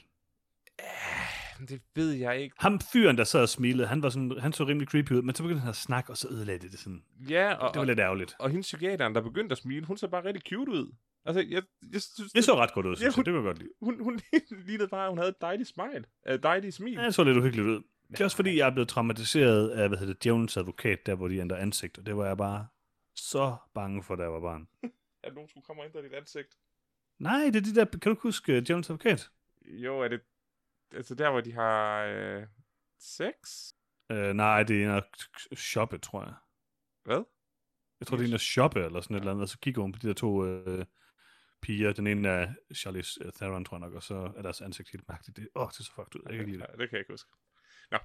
Æh, det ved jeg ikke. Ham fyren, der sad og smilede, han, var sådan, han så rimelig creepy ud, men så begyndte han at snakke, og så ødelagde det det sådan. Ja, og, det var lidt ærgerligt. Og, og hendes psykiateren, der begyndte at smile, hun så bare rigtig cute ud. Altså, jeg, jeg synes, det så ret godt ud, synes ja, hun, jeg. Det kunne jeg godt lide. Hun, hun lignede bare, at hun havde et dejligt smile. Et dejligt smil. Ja, det så lidt uhyggeligt ud. Det er også fordi, jeg er blevet traumatiseret af, hvad hedder det, djævelens advokat, der hvor de ændrer ansigt, og det var jeg bare så bange for, da jeg var barn. At nogen skulle komme og ændre dit ansigt? Nej, det er de der, kan du ikke huske djævelens advokat? Jo, er det, altså der, hvor de har øh, sex? Øh, nej, det er en at shoppe, tror jeg. Hvad? Jeg tror, det er en at shoppe, eller sådan et eller andet, og så kigger hun på de der to øh, piger. Den ene er Charlize Theron, tror jeg nok, og så er deres ansigt helt mærkeligt. Åh, oh, det er så fucked ud. Jeg kan ikke lide det. Ja, det kan jeg ikke huske. Nå.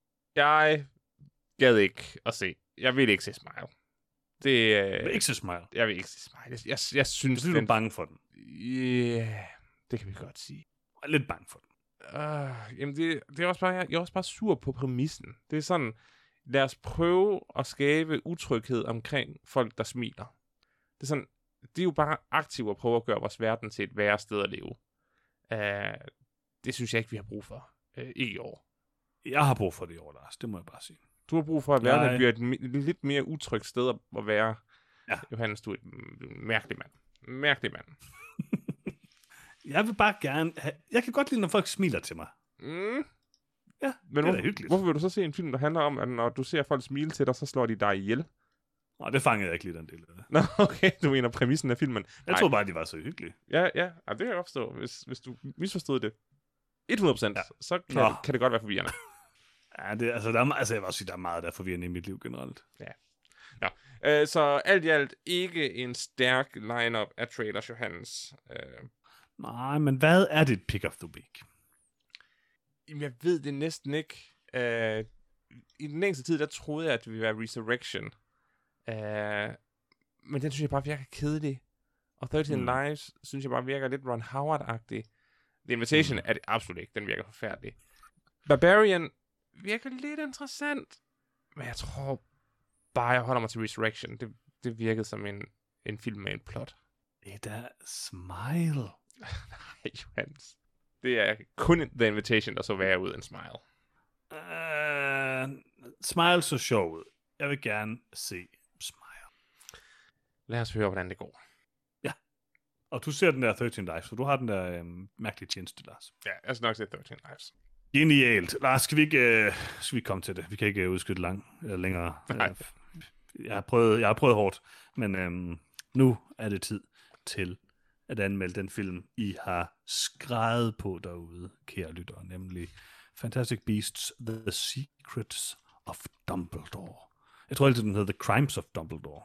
Jeg gad ikke at se. Jeg vil ikke se Smile. Det, øh, jeg vil ikke se Smile? Jeg vil ikke se Smile. Jeg, jeg, jeg synes, jeg synes, du er bange for den. Ja, yeah, det kan vi godt sige. Jeg er lidt bange for den. Uh, jamen, det, det er også bare, jeg, jeg er også bare sur på præmissen. Det er sådan, lad os prøve at skabe utryghed omkring folk, der smiler. Det er sådan, det er jo bare aktivt at prøve at gøre vores verden til et værre sted at leve. Uh, det synes jeg ikke, vi har brug for. Uh, ikke i år. Jeg har brug for det i år, Lars. Det må jeg bare sige. Du har brug for, at verden bliver et, et lidt mere utrygt sted at være. Ja. Johannes, du er et mærkelig mand. Mærkelig mand. Jeg vil bare gerne have... Jeg kan godt lide, når folk smiler til mig. Mm. Ja, men det er hvor, hyggeligt. Hvorfor vil du så se en film, der handler om, at når du ser folk smile til dig, så slår de dig ihjel? Nå, det fangede jeg ikke lige, den del af det. Nå, okay, du mener præmissen af filmen. Jeg Nej. tror bare, de var så hyggelige. Ja, ja, ja, det kan jeg godt forstå. Hvis, hvis du misforstod det hundrede procent, ja. så kan, det, kan det godt være forvirrende. Ja, det, altså, der er, altså, jeg vil også sige, der er meget, der er forvirrende i mit liv generelt. Ja. Nå. Øh, så alt i alt ikke en stærk lineup af trailers, Johannes. Øh. Nej, men hvad er dit pick of the week? Jamen, jeg ved det næsten ikke. Øh, I den længste tid, der troede jeg, at det ville være Resurrection. Øh, men den synes jeg bare virker kedelig. Og thirteen mm. Lives synes jeg bare virker lidt Ron Howard-agtig. The Invitation mm. er det absolut ikke. Den virker forfærdelig. Barbarian virker lidt interessant. Men jeg tror bare, jeg holder mig til Resurrection. Det, det virkede som en, en film med en plot. Det er Smile. Nej, Johannes. Det er kun The Invitation, der så værre ud end Smile. Uh, Smile så sjov ud. Jeg vil gerne se Smile. Lad os høre, hvordan det går. Ja. Og du ser den der thirteen Lives, så du har den der øhm, mærkelige tjeneste, Lars. Ja, jeg skal nok se thirteen Lives. Genialt. Lars, skal vi ikke, øh, skal vi komme til det? Vi kan ikke øh, udskyde lang eller længere. Nej. Jeg har prøvet, jeg har prøvet hårdt, men øhm, nu er det tid til at anmelde den film, I har skrevet på derude, kære lyttere, nemlig Fantastic Beasts, The Secrets of Dumbledore. Jeg tror altid, den hedder The Crimes of Dumbledore.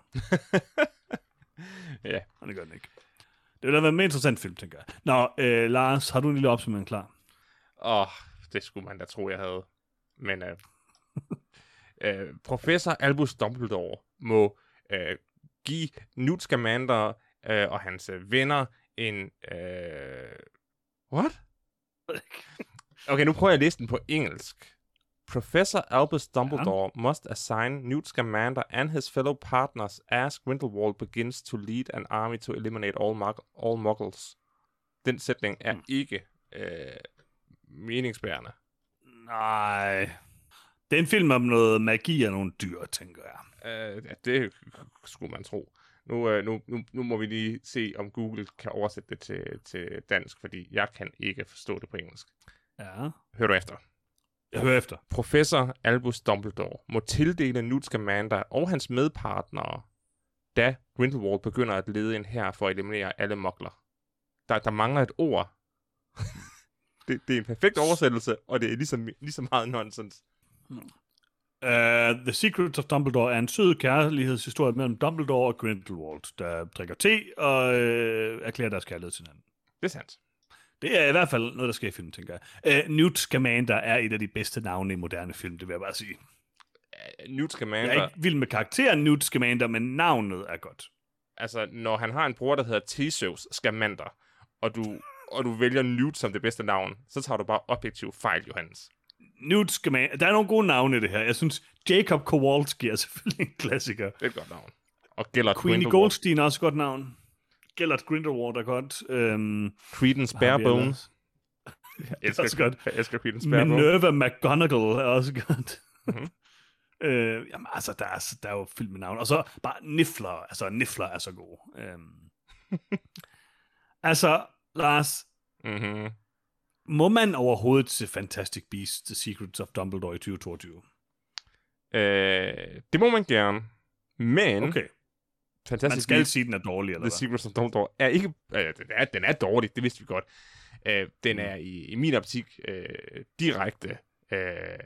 Ja. Men det gør den ikke. Det ville da være en mere interessant film, tænker jeg. Nå, øh, Lars, har du en lille opsummering klar? Åh, oh, det skulle man da tro, jeg havde. Men øh, øh, professor Albus Dumbledore må øh, give Newt Scamander øh, og hans øh, venner en... Øh... What? Okay, nu prøver jeg at læse den på engelsk. Professor Albus Dumbledore ja. must assign Newt Scamander and his fellow partners as Grindelwald begins to lead an army to eliminate all, mug- all muggles. Den sætning er hmm. ikke øh, meningsbærende. Nej. Det er en film om noget magi og nogle dyr, tænker jeg. Uh, ja, det skulle man tro. Nu, uh, nu, nu, nu må vi lige se, om Google kan oversætte det til, til dansk, fordi jeg kan ikke forstå det på engelsk. Ja. Hør du efter. Jeg hører efter. Professor Albus Dumbledore må tildele Newt Scamander og hans medpartnere, da Grindelwald begynder at lede en hær for at eliminere alle mugler. Der, der mangler et ord. det, det er en perfekt oversættelse, og det er ligesom, ligesom meget nonsens. Uh, The Secret of Dumbledore er en sød kærlighedshistorie mellem Dumbledore og Grindelwald, der drikker te og uh, erklærer deres kærlighed til hinanden. Det er sandt. Det er i hvert fald noget, der sker i filmen, tænker jeg. Uh, Newt Scamander er et af de bedste navne i moderne film, det vil jeg bare sige. Uh, Newt Scamander... Jeg er ikke vild med karakteren Newt Scamander, men navnet er godt. Altså, når han har en bror, der hedder Theseus Scamander, og du, og du vælger Newt som det bedste navn, så tager du bare objektiv fejl, Johannes. Newt Scamander. Der er nogle gode navne i det her. Jeg synes, Jacob Kowalski er selvfølgelig en klassiker. Det er et godt navn. Og Gellert Queenie Goldstein er også et godt navn. Gellert Grindelwald er godt. Um, Credence Barebone. Jeg elsker, også godt. Jeg elsker Credence Barebone. Minerva McGonagall er også godt. Mm-hmm. uh, jamen, altså, der er, der er jo fyldt med navn. Og så bare Niffler. Altså, Niffler er så god. Um, altså, Lars... Mm-hmm. Må man overhovedet se Fantastic Beasts, The Secrets of Dumbledore i tyve toogtyve? Øh, det må man gerne. Men... Okay. Fantastic man skal Beasts, sige, den er dårlig, eller The Secrets of Dumbledore er ikke... Øh, den, er, den er dårlig, det vidste vi godt. Øh, den er i, i min optik øh, direkte øh,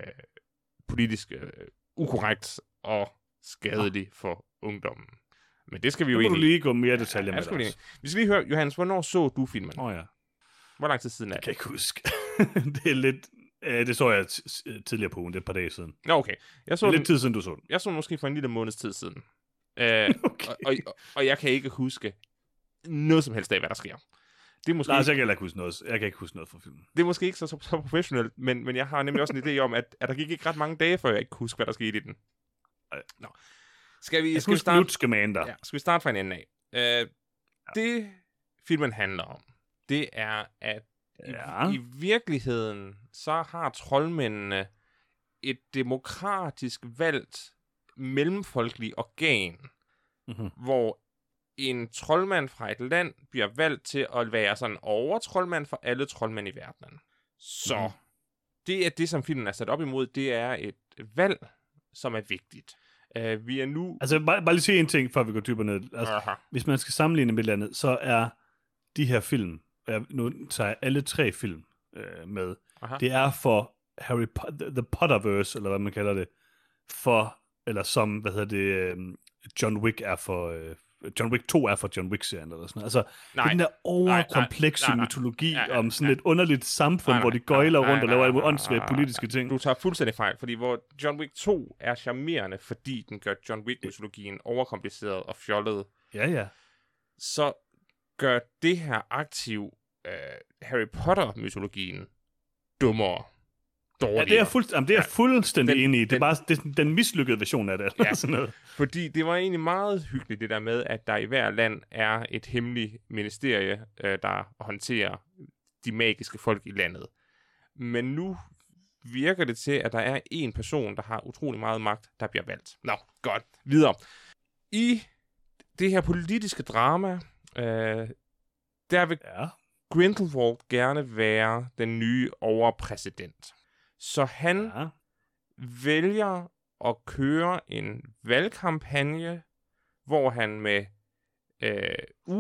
politisk øh, ukorrekt og skadelig for ungdommen. Men det skal vi jo egentlig... egentlig... Nu må du lige gå mere detaljer ja, med skal vi, det. vi skal lige høre, Johannes, hvornår så du filmen? Åh oh, ja. Hvor lang tid siden er det? Jeg kan ikke huske. Det er lidt... Øh, det så jeg t- tidligere på ugen, det er et par dage siden. Nå, okay. Jeg så det er den, lidt tid siden, du så den. Jeg så den måske for en lille måneds tid siden. Øh, okay. og, og, og jeg kan ikke huske noget som helst af, hvad der sker. Det er måske Nej, ikke, jeg kan ikke huske noget. Jeg kan ikke huske noget fra filmen. det er måske ikke så, så, så professionelt, men, men jeg har nemlig også en idé om, at, at der gik ikke ret mange dage, før jeg ikke kunne huske, hvad der skete i den. Nå. Skal vi, jeg skal vi starte... Newt Scamander. Ja, skal vi starte fra en ende af? Øh, ja. Det, filmen handler om, det er, at ja. i, i virkeligheden, så har troldmændene et demokratisk valgt mellemfolkeligt organ, mm-hmm. hvor en troldmand fra et land bliver valgt til at være sådan overtroldmand for alle troldmænd i verdenen. Så mm-hmm. det er det, som filmen er sat op imod. Det er et valg, som er vigtigt. Uh, vi er nu... Altså, bare, bare lige sige en ting, før vi går dybere ned. Altså, hvis man skal sammenligne med landet, så er de her film, jeg nu tager alle tre film øh, med, Aha. det er for Harry Po- The Potterverse, eller hvad man kalder det, for, eller som, hvad hedder det, øh, John Wick er for, øh, John Wick to er for John Wick-serien, eller sådan noget. Altså, nej, den der overkomplekse nej, nej, nej, mytologi nej, nej, om sådan nej, et underligt samfund, nej, nej, hvor de gøjler rundt nej, og laver åndssvage politiske ting. Du tager fuldstændig fejl, fordi hvor John Wick to er charmerende, fordi den gør John Wick-mytologien overkompliceret og fjollet. Ja, ja. Så gør det her aktiv uh, Harry Potter-mytologien dummere. Dårligere. Ja, det er, fuldt, jamen, det er ja, fuldstændig den, enig i. Det er den, bare det, den mislykkede version af det. Ja, sådan noget. Fordi det var egentlig meget hyggeligt, det der med, at der i hver land er et hemmeligt ministerie, øh, der håndterer de magiske folk i landet. Men nu virker det til, at der er en person, der har utrolig meget magt, der bliver valgt. Nå, godt. Videre. I det her politiske drama, øh, der vil ja. Grindelwald gerne være den nye overpræsident. Så han ja. vælger at køre en valgkampagne, hvor han med øh,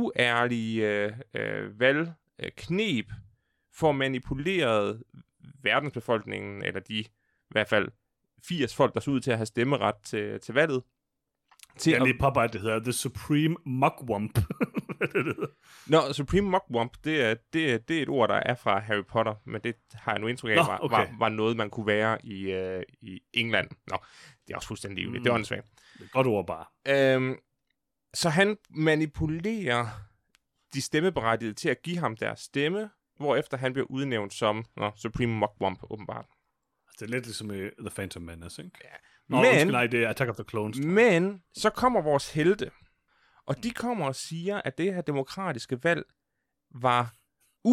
uærlige øh, valgkneb får manipuleret verdensbefolkningen, eller de i hvert fald firs folk, der så ud til at have stemmeret til, til valget. Til jeg lige påpeger, det hedder The Supreme Mugwump. Hvad det hedder? Nå, Supreme Mugwump, det er, det, er, det er et ord, der er fra Harry Potter, men det har jeg nu indtryk af, Nå, var, okay. var, var noget, man kunne være i, øh, i England. Nå, det er også fuldstændig livligt. Mm. Det er åndssvagt. Det er et godt ord bare. Øhm, så han manipulerer de stemmeberettigede til at give ham deres stemme, hvorefter han bliver udnævnt som nå, Supreme Mugwump, åbenbart. Det er lidt ligesom i The Phantom Menace, ikke? Ja. Nå, men, undskyld, nej, det er Attack of the Clones. Men så kommer vores helte, og de kommer og siger, at det her demokratiske valg var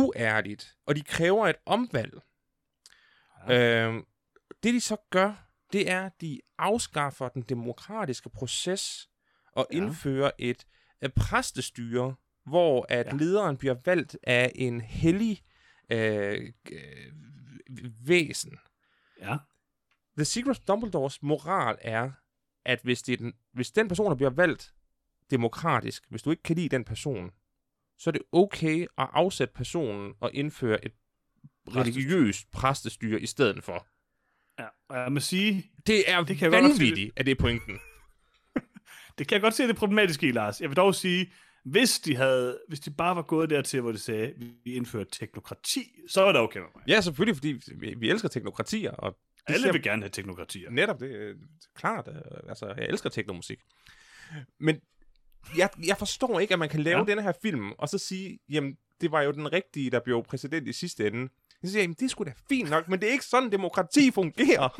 uærligt, og de kræver et omvalg. Ja. Øhm, det de så gør, det er, at de afskaffer den demokratiske proces og ja. indfører et, et præstestyre, hvor at ja. lederen bliver valgt af en hellig øh, øh, væsen. Ja. The Secret of Dumbledores moral er, at hvis, det er den, hvis den person, der bliver valgt demokratisk, hvis du ikke kan lide den person, så er det okay at afsætte personen og indføre et religiøst præstestyre i stedet for. Ja, og jeg må sige... Det er det kan vanvittigt, at det er pointen. Det kan jeg godt se, det er problematisk i, Lars. Jeg vil dog sige, hvis de, havde, hvis de bare var gået dertil, hvor de sagde, at vi indfører teknokrati, så var det okay med mig. Ja, selvfølgelig, fordi vi, vi elsker teknokratier. Og alle ser... vil gerne have teknokratier. Netop, det er klart. Altså, jeg elsker teknomusik. Men jeg, jeg forstår ikke, at man kan lave ja. denne her film, og så sige, jamen, det var jo den rigtige, der blev præsident i sidste ende. Jeg siger, jamen, det er sgu da fint nok, men det er ikke sådan, demokrati fungerer.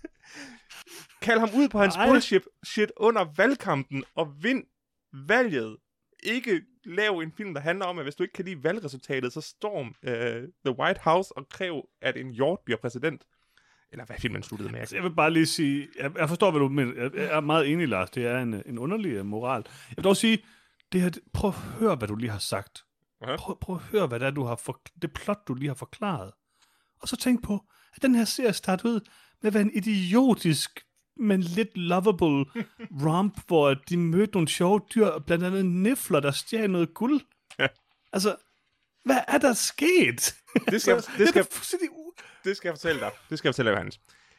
Kald ham ud på hans Ej. bullshit shit under valgkampen, og vind valget. Ikke lav en film, der handler om, at hvis du ikke kan lide valgresultatet, så storm uh, The White House og kræv, at en hjort bliver præsident. Eller hvad filmen sluttede med. Altså, jeg vil bare lige sige, jeg, jeg forstår, hvad du mener. Jeg, jeg er meget enig, Lars. Det er en, en underlig uh, moral. Jeg vil dog sige, det her, prøv at høre, hvad du lige har sagt. Uh-huh. Prøv, prøv at høre, hvad det er, du har for, det plot, du lige har forklaret. Og så tænk på, at den her serie startede ud med at være en idiotisk, men lidt lovable romp, hvor de mødte nogle sjove dyr, blandt andet nifler, der stjal noget guld. Ja. Altså, hvad er der sket? Det skal, altså, det, skal, det, skal, det skal jeg fortælle dig. Det skal jeg fortælle dig, Hans.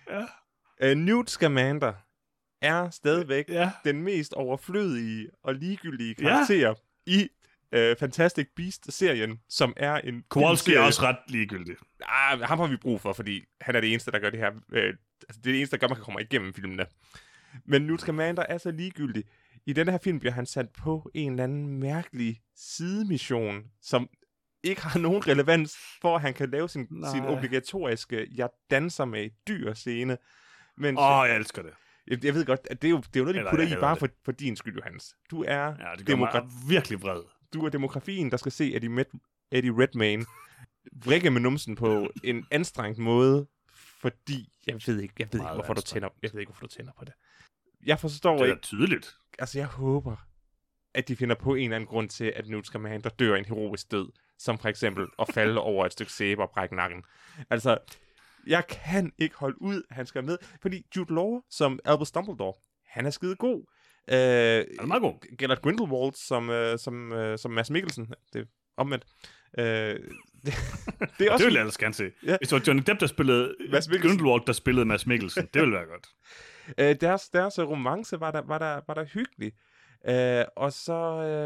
Ja. Uh, Newt Scamander er stadigvæk ja. den mest overflødige og ligegyldige karakter ja. i uh, Fantastic Beasts-serien, som er en... Kowalski er også ret ligegyldig. Ah, ham har vi brug for, fordi han er det eneste, der gør det her... Uh, altså, det er det eneste, der gør, man kan komme igennem filmene. Men Newt Scamander er så ligegyldig. I denne her film bliver han sat på en eller anden mærkelig sidemission, som ikke har nogen relevans for, at han kan lave sin, sin obligatoriske jeg danser med dyr-scene. Åh, oh, jeg elsker det. Jeg, jeg ved godt, at det er jo, det er jo noget, de putter i bare for, for din skyld, Johannes. Du er, ja, det demogra- virkelig vred. Du er demografien, der skal se Eddie, Med- Eddie Redmayne vrikke med numsen på en anstrengt måde, fordi jeg ved ikke, jeg ved ikke hvorfor du tænder, jeg ved ikke, hvorfor du tænder på det. Jeg forstår ikke. Det er ikke, tydeligt. Altså, jeg håber, at de finder på en eller anden grund til, at Newt Scamander dør en heroisk død, som for eksempel at falde over et stykke sæbe og brække nakken. Altså, jeg kan ikke holde ud, at han skal med, fordi Jude Law som Albus Dumbledore, han er skide god. Uh, han er meget god. Gellert Grindelwald som, uh, som, uh, som Mads Mikkelsen, det er omvendt. Uh, det, det er også... Det ville jeg ellers gerne se. Ja. Hvis det var Johnny Depp, der spillede Grindelwald, der spillede Mads Mikkelsen, det ville være godt. Uh, deres, deres romance var der, var der, var der hyggelig. Uh, og så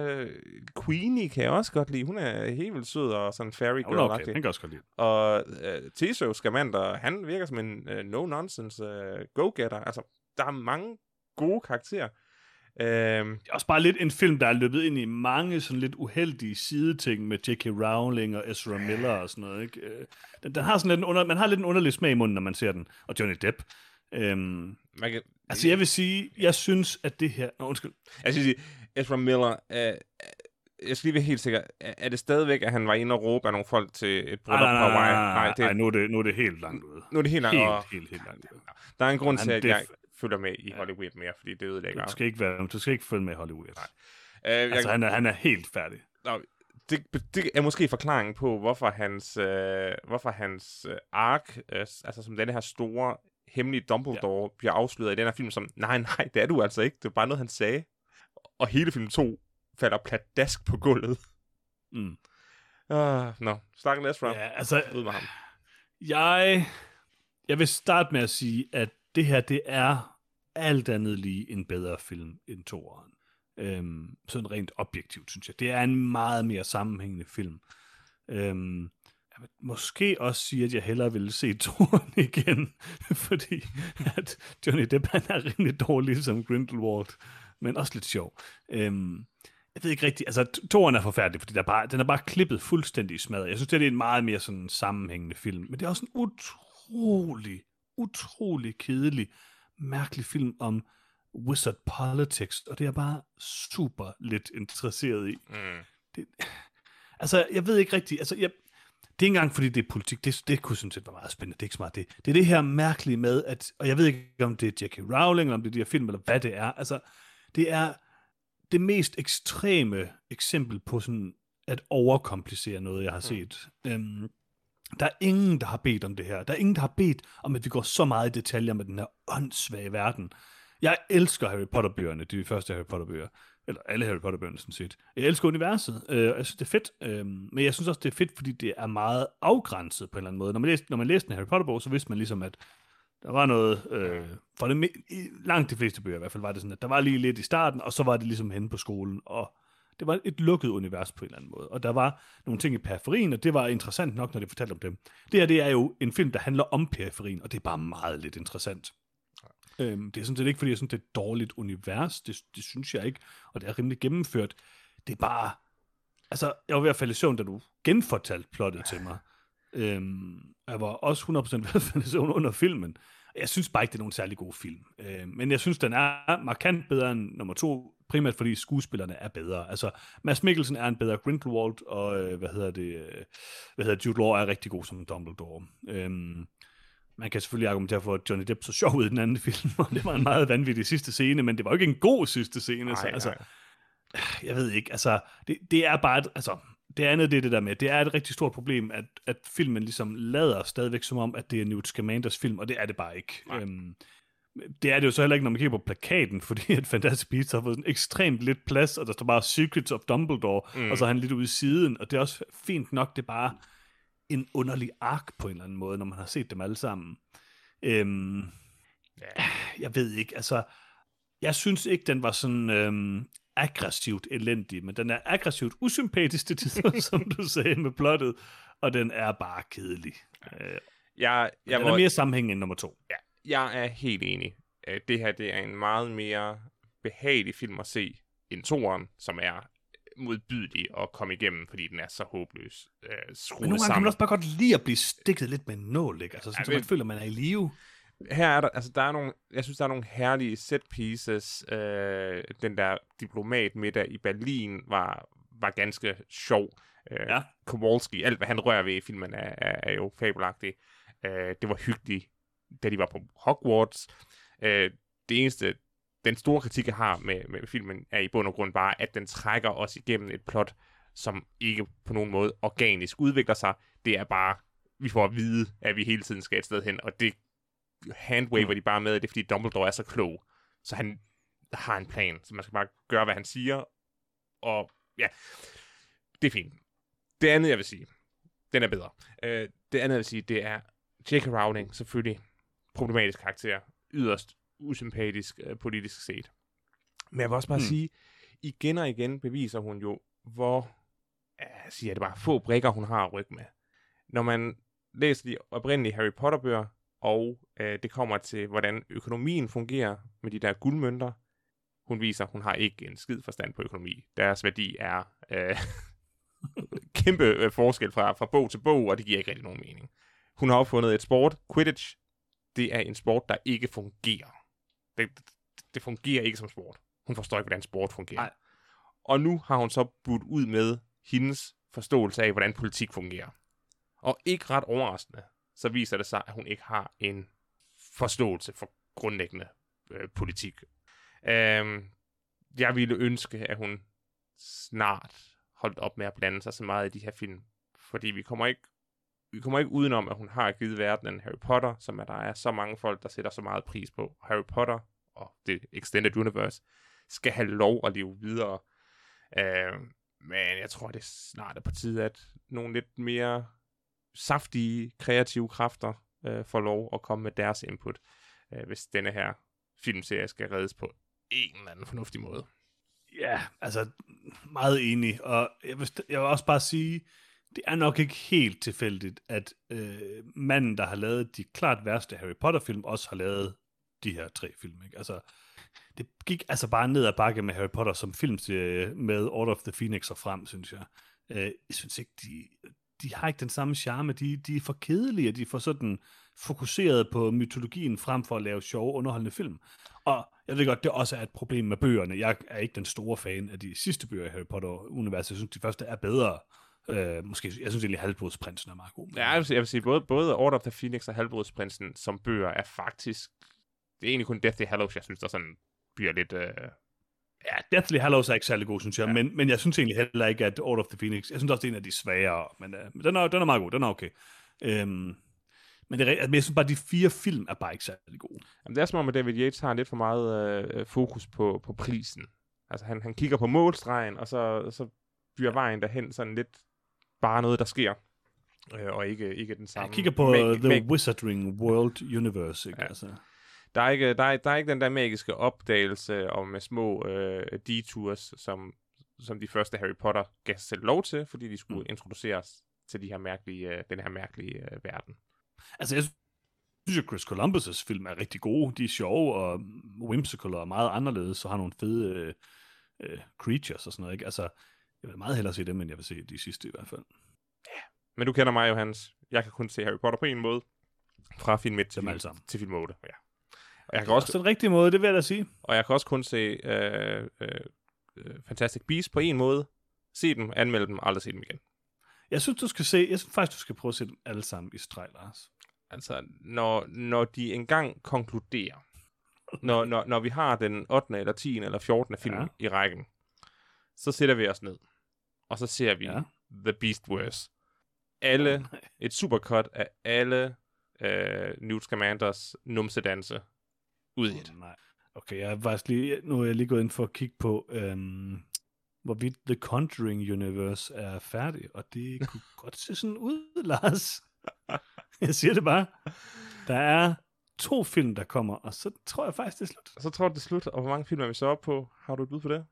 uh, Queenie kan jeg også godt lide. Hun er helt vildt sød og sådan fairy girl. Ja, okay, den kan også godt lide. Og uh, Teso Scamander, han virker som en uh, no-nonsense uh, go-getter. Altså, der er mange gode karakterer. Uh, det er også bare lidt en film, der er løbet ind i mange sådan lidt uheldige sideting med J K. Rowling og Ezra Miller og sådan noget, ikke? Uh, den, den har sådan lidt en under, man har lidt en underlig smag i munden, når man ser den. Og Johnny Depp. Um, man kan, altså, jeg vil sige, jeg synes, at det her... Nå, undskyld. Jeg skal sige, Ezra Miller... Øh, jeg skal lige være helt sikker. Er det stadigvæk, at han var inde og råbe af nogle folk til et bryllup på Hawaii? Nej, det... nu, er det, nu er det helt langt ude. Nu er det helt langt helt, og... helt, helt langt ude. Der er en grund til, at jeg følger med i Hollywood mere, fordi det ødelægger... Du skal ikke, være, du skal ikke følge med i Hollywood. Nej. Øh, altså, jeg... han, er, han er helt færdig. Nå, det, det er måske forklaringen på, hvorfor hans, øh, hvorfor hans øh, ark, øh, altså som denne her store... hemmelige Dumbledore ja. bliver afsløret i den her film som, nej, nej, det er du altså ikke. Det var bare noget, han sagde. Og hele film to falder pladask på gulvet. Mm. Uh, Nå, no. Stakken Ezra. Ja, altså, ud med ham. Jeg, jeg vil starte med at sige, at det her, det er alt andet lige en bedre film end toeren. Øhm, sådan rent objektivt, synes jeg. Det er en meget mere sammenhængende film. Øhm, Jeg vil måske også sige, at jeg hellere ville se toeren igen, fordi at Johnny Depp han er rimelig dårlig som Grindelwald, men også lidt sjov. Øhm, jeg ved ikke rigtigt, altså toeren er forfærdelig, fordi der er bare, den er bare klippet fuldstændig i smadret. Jeg synes, det er en meget mere sådan sammenhængende film, men det er også en utrolig, utrolig kedelig, mærkelig film om wizard politics, og det er jeg bare super lidt interesseret i. Mm. Det, altså, jeg ved ikke rigtigt, altså jeg det er ikke engang, fordi det er politik. Det, det kunne sådan set være meget spændende. Det er ikke smart. Det, det er det her mærkelige med, at, og jeg ved ikke, om det er J K. Rowling, eller om det er de her film, eller hvad det er. Altså, det er det mest ekstreme eksempel på sådan at overkomplicere noget, jeg har set. Mm. Øhm, der er ingen, der har bedt om det her. Der er ingen, der har bedt om, at vi går så meget i detaljer med den her åndssvage verden. Jeg elsker Harry Potter-bøgerne, de første Harry Potter-bøger. Eller alle Harry Potter-bøgerne, sådan set. Jeg elsker universet, øh, jeg synes, det er fedt. Øh, men jeg synes også, det er fedt, fordi det er meget afgrænset på en eller anden måde. Når man læste, når man læste en Harry Potter-bog, så vidste man ligesom, at der var noget, øh, for det, i langt de fleste bøger i hvert fald, var det sådan, at der var lige lidt i starten, og så var det ligesom henne på skolen, og det var et lukket univers på en eller anden måde. Og der var nogle ting i periferien, og det var interessant nok, når de fortalte om dem. Det her, det er jo en film, der handler om periferien, og det er bare meget lidt interessant. Øhm, det er sådan set ikke, fordi jeg synes, det er et dårligt univers. Det, det synes jeg ikke, og det er rimelig gennemført. Det er bare... Altså, jeg var ved at falde i søvn, da du genfortalte plottet til mig. Øhm, jeg var også hundrede procent ved at falde i søvn under filmen. Jeg synes bare ikke, det er nogen særlig god film. Øhm, men jeg synes, den er markant bedre end nummer to, primært fordi skuespillerne er bedre. Altså, Mads Mikkelsen er en bedre Grindelwald, og øh, hvad hedder det... Øh, hvad hedder Jude Law er rigtig god som Dumbledore. Øhm, Man kan selvfølgelig argumentere for, at Johnny Depp så sjov ud i den anden film, og det var en meget vanvittig sidste scene, men det var jo ikke en god sidste scene. Nej, så, altså, nej. Jeg ved ikke, altså, det, det er bare, et, altså, det andet det er det der med, det er et rigtig stort problem, at, at filmen ligesom lader stadigvæk som om, at det er Newt Scamanders film, og det er det bare ikke. Øhm, det er det jo så heller ikke, når man kigger på plakaten, fordi at Fantastic Beasts har fået sådan ekstremt lidt plads, og der står bare Secrets of Dumbledore, mm. og så er han lidt ude i siden, og det er også fint nok, det er bare en underlig ark på en eller anden måde, når man har set dem alle sammen. Øhm, ja. Jeg ved ikke, altså, jeg synes ikke, den var sådan øhm, aggressivt elendig, men den er aggressivt usympatisk til tider, som du sagde med plottet, og den er bare kedelig. Øh, jeg, jeg den må... er mere sammenhængende end nummer to. Ja, jeg er helt enig. Det her, det er en meget mere behagelig film at se end toeren, som er modbydelig at komme igennem, fordi den er så håbløs øh, skruet Men nogle gange sammen. kan man også bare godt lide at blive stikket lidt med en nål, ikke? Altså, sådan, ja, så man føler, man er i live. Her er der, altså der er nogle, jeg synes, der er nogle herlige set pieces. Øh, den der diplomatmiddag i Berlin var, var ganske sjov. Øh, ja. Kowalski, alt hvad han rører ved i filmen, er, er, er jo fabelagtigt. Øh, det var hyggeligt, da de var på Hogwarts. Øh, det eneste, den store kritik, jeg har med, med filmen, er i bund og grund bare, at den trækker os igennem et plot, som ikke på nogen måde organisk udvikler sig. Det er bare, vi får at vide, at vi hele tiden skal et sted hen, og det handwaver de bare med, det er fordi Dumbledore er så klog, så han har en plan, så man skal bare gøre, hvad han siger, og ja, det er fint. Det andet, jeg vil sige, den er bedre. Øh, det andet, jeg vil sige, det er J K. Rowling, selvfølgelig problematisk karakter, yderst usympatisk øh, politisk set. Men jeg vil også bare hmm. sige, igen og igen beviser hun jo, hvor, jeg siger det bare, få brikker hun har at rykke med. Når man læser de oprindelige Harry Potter-bøger, og øh, det kommer til, hvordan økonomien fungerer med de der guldmønter, hun viser, hun har ikke en skid forstand på økonomi. Deres værdi er øh, kæmpe øh, forskel fra, fra bog til bog, og det giver ikke rigtig nogen mening. Hun har opfundet et sport, Quidditch. Det er en sport, der ikke fungerer. Det, det fungerer ikke som sport. Hun forstår ikke, hvordan sport fungerer. Ej. Og nu har hun så budt ud med hendes forståelse af, hvordan politik fungerer. Og ikke ret overraskende, så viser det sig, at hun ikke har en forståelse for grundlæggende øh, politik. Øh, jeg ville ønske, at hun snart holdt op med at blande sig så meget i de her film. Fordi vi kommer ikke, vi kommer ikke udenom, at hun har givet verdenen Harry Potter, som at der er så mange folk, der sætter så meget pris på. Harry Potter og det Extended Universe skal have lov at leve videre. Øh, men jeg tror, det snart er på tide, at nogle lidt mere saftige, kreative kræfter øh, får lov at komme med deres input, øh, hvis denne her filmserie skal reddes på en eller anden fornuftig måde. Ja, altså meget enig, og jeg vil, jeg vil også bare sige, det er nok ikke helt tilfældigt, at øh, manden, der har lavet de klart værste Harry Potter-film, også har lavet de her tre film, ikke? Altså, det gik altså bare ned ad bakke med Harry Potter som filmserie med Order of the Phoenix og frem, synes jeg. Øh, jeg synes ikke, de, de har ikke den samme charme. De, de er for kedelige, de er for sådan fokuseret på mytologien frem for at lave sjove, underholdende film. Og jeg ved godt, det også er et problem med bøgerne. Jeg er ikke den store fan af de sidste bøger i Harry Potter-universet. Jeg synes, de første er bedre. Øh, måske, jeg synes egentlig, Halvblodsprinsen er meget god. Ja, jeg vil sige, jeg vil sige både, både Order of the Phoenix og Halvblodsprinsen som bøger er faktisk... Det er egentlig kun Deathly Hallows, jeg synes, der sådan bliver lidt... Øh... Ja, Deathly Hallows er ikke særlig god, synes jeg, ja. men, men jeg synes egentlig heller ikke, at Order of the Phoenix... Jeg synes også, det er en af de svagere, men, øh, men den, er, den er meget god, den er okay. Øhm, men, det er, men jeg synes bare, at de fire film er bare ikke særlig gode. Jamen, det er som om, at David Yates har lidt for meget øh, fokus på, på prisen. Altså, han, han kigger på målstregen, og så, så bliver vejen derhen sådan lidt bare noget, der sker. Øh, og ikke, ikke den samme... Jeg kigger på mag- The mag- Wizarding World Universe, ikke? Ja. Altså. Der er, ikke, der, er, der er ikke den der magiske opdagelse og med små øh, detours, som, som de første Harry Potter gav sig selv lov til, fordi de skulle mm. introduceres til de her mærkelige, øh, den her mærkelige øh, verden. Altså, jeg synes, at Chris Columbus' film er rigtig gode. De er sjove og whimsical og meget anderledes, og har nogle fede øh, øh, creatures og sådan noget, ikke? Altså, jeg vil meget hellere se dem, end jeg vil se de sidste i hvert fald. Ja, men du kender mig, Johannes. Jeg kan kun se Harry Potter på en måde. Fra film et til, film, til film otte, ja. Og jeg kan også, også den rigtige måde, det vil jeg da sige. Og jeg kan også kun se øh, øh, øh, Fantastic Beasts på en måde. Se dem, anmelde dem, aldrig se dem igen. Jeg synes, du skal se, jeg synes faktisk, du skal prøve at se dem alle sammen i streg, Lars. Altså, når, når de engang konkluderer, når, når, når vi har den ottende eller tiende eller fjortende film ja. i rækken, så sætter vi os ned, og så ser vi ja. The Beast Wars. Alle, oh, et supercut af alle øh, Newt Scamanders numsedanse ud i et. Oh, nej. Okay, jeg er faktisk lige, nu er jeg lige gået ind for at kigge på, øhm, hvorvidt The Conjuring Universe er færdig, og det kunne godt se sådan ud, Lars. Jeg siger det bare. Der er to film, der kommer, og så tror jeg faktisk, det er slut. Så tror jeg, det er slut, og hvor mange film er vi så oppe på? Har du et bud på det?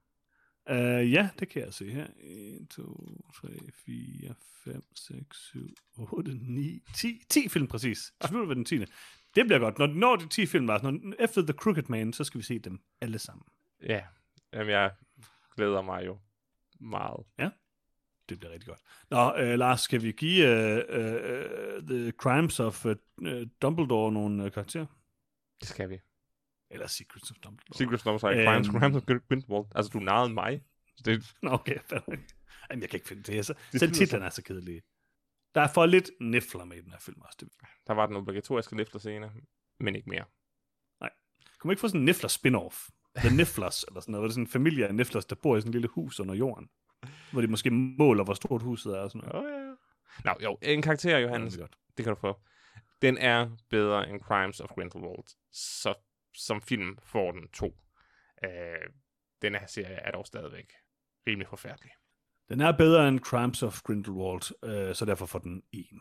Uh, ja, det kan jeg se her. en, to, tre, fire, fem, seks, syv, otte, ni, ti. ti film præcis. Det slutter ved den tiende. Det bliver godt. Når, når de ti film var, når, efter The Crooked Man, så skal vi se dem alle sammen. Ja, jamen jeg glæder mig jo meget. Ja, det bliver rigtig godt. Nå, uh, Lars, skal vi give uh, uh, The Crimes of uh, Dumbledore nogle uh, karakterer? Det skal vi. Eller Secrets of Dumbledore. Secrets of Dumbledore. Crimes, um, Crimes of Grindelwald. Altså, du narrede mig. Det... Okay, fair. Jamen, jeg kan ikke finde det. Så, det selv titlen er så kedelig. Der er for lidt nifler med i den her film også. Det... Der var den obligatoriske nifler-scene, men ikke mere. Nej. Kunne man ikke få sådan en nifler spin-off? The Nifflers, eller sådan noget. Det er sådan en familie af niflers, der bor i sådan en lille hus under jorden. Hvor de måske måler, hvor stort huset er og sådan noget. Oh, ja. Nå, jo, en karakter, Johannes. Ja, det, det kan du få. Den er bedre end Crimes of Grindelwald. Så som film får den to. Øh, den her serie er dog stadigvæk rimelig forfærdelig. Den er bedre end Crimes of Grindelwald, øh, så derfor får den en.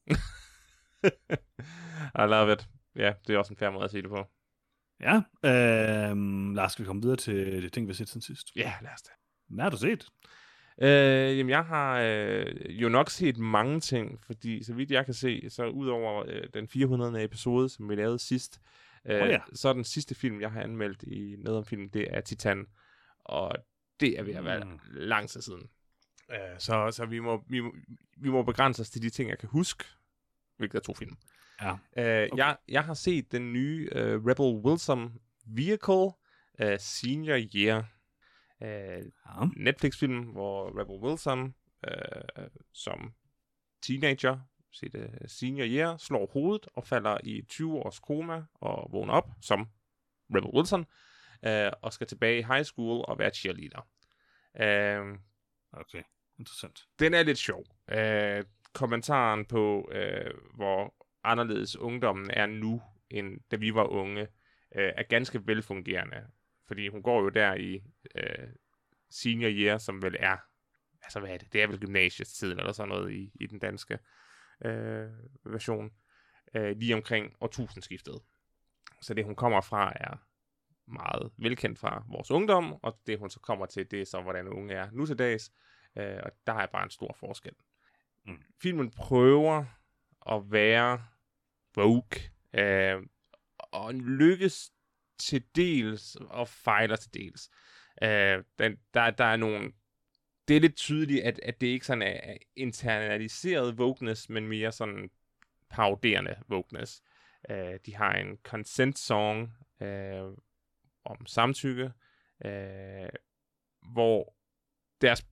I love it. Ja, det er også en fair måde at sige det på. Ja, øh, Lars, skal vi komme videre til det ting, vi har set siden sidst? Ja, lad os det. Hvad har du set? Øh, jamen, jeg har øh, jo nok set mange ting, fordi så vidt jeg kan se, så udover øh, den fire hundrede episode, som vi lavede sidst, øh, oh, ja. så er den sidste film, jeg har anmeldt i noget om film, det er Titan, og det er ved at være mm. lang tid siden. Øh, så så vi, må, vi, må, vi må begrænse os til de ting, jeg kan huske, hvilket er to film. Ja. Øh, okay. jeg, jeg har set den nye uh, Rebel Wilson Vehicle uh, Senior Year. Uh, ja. Netflix-film, hvor Rebel Wilson uh, som teenager, sit uh, senior year, slår hovedet og falder i tyve års koma og vågner op som Rebel Wilson uh, og skal tilbage i high school og være cheerleader. Uh, okay, interessant. Den er lidt sjov. Uh, kommentaren på, uh, hvor anderledes ungdommen er nu, end da vi var unge, uh, er ganske velfungerende. Fordi hun går jo der i uh, senior year, som vel er, altså hvad er det? Det er vel gymnasietiden eller sådan noget i, i den danske uh, version, uh, lige omkring årtusindskiftet. Så det hun kommer fra er meget velkendt fra vores ungdom, og det hun så kommer til, det er så, hvordan unge er nu til dags, uh, og der er bare en stor forskel. Mm. Filmen prøver at være woke, uh, og lykkes til dels, og fejler til dels. Uh, den, der, der er nogle... Det er lidt tydeligt, at, at det ikke sådan er internaliseret wokeness, men mere sådan paroderende wokeness. Uh, de har en consent song uh, om samtykke, uh, hvor deres,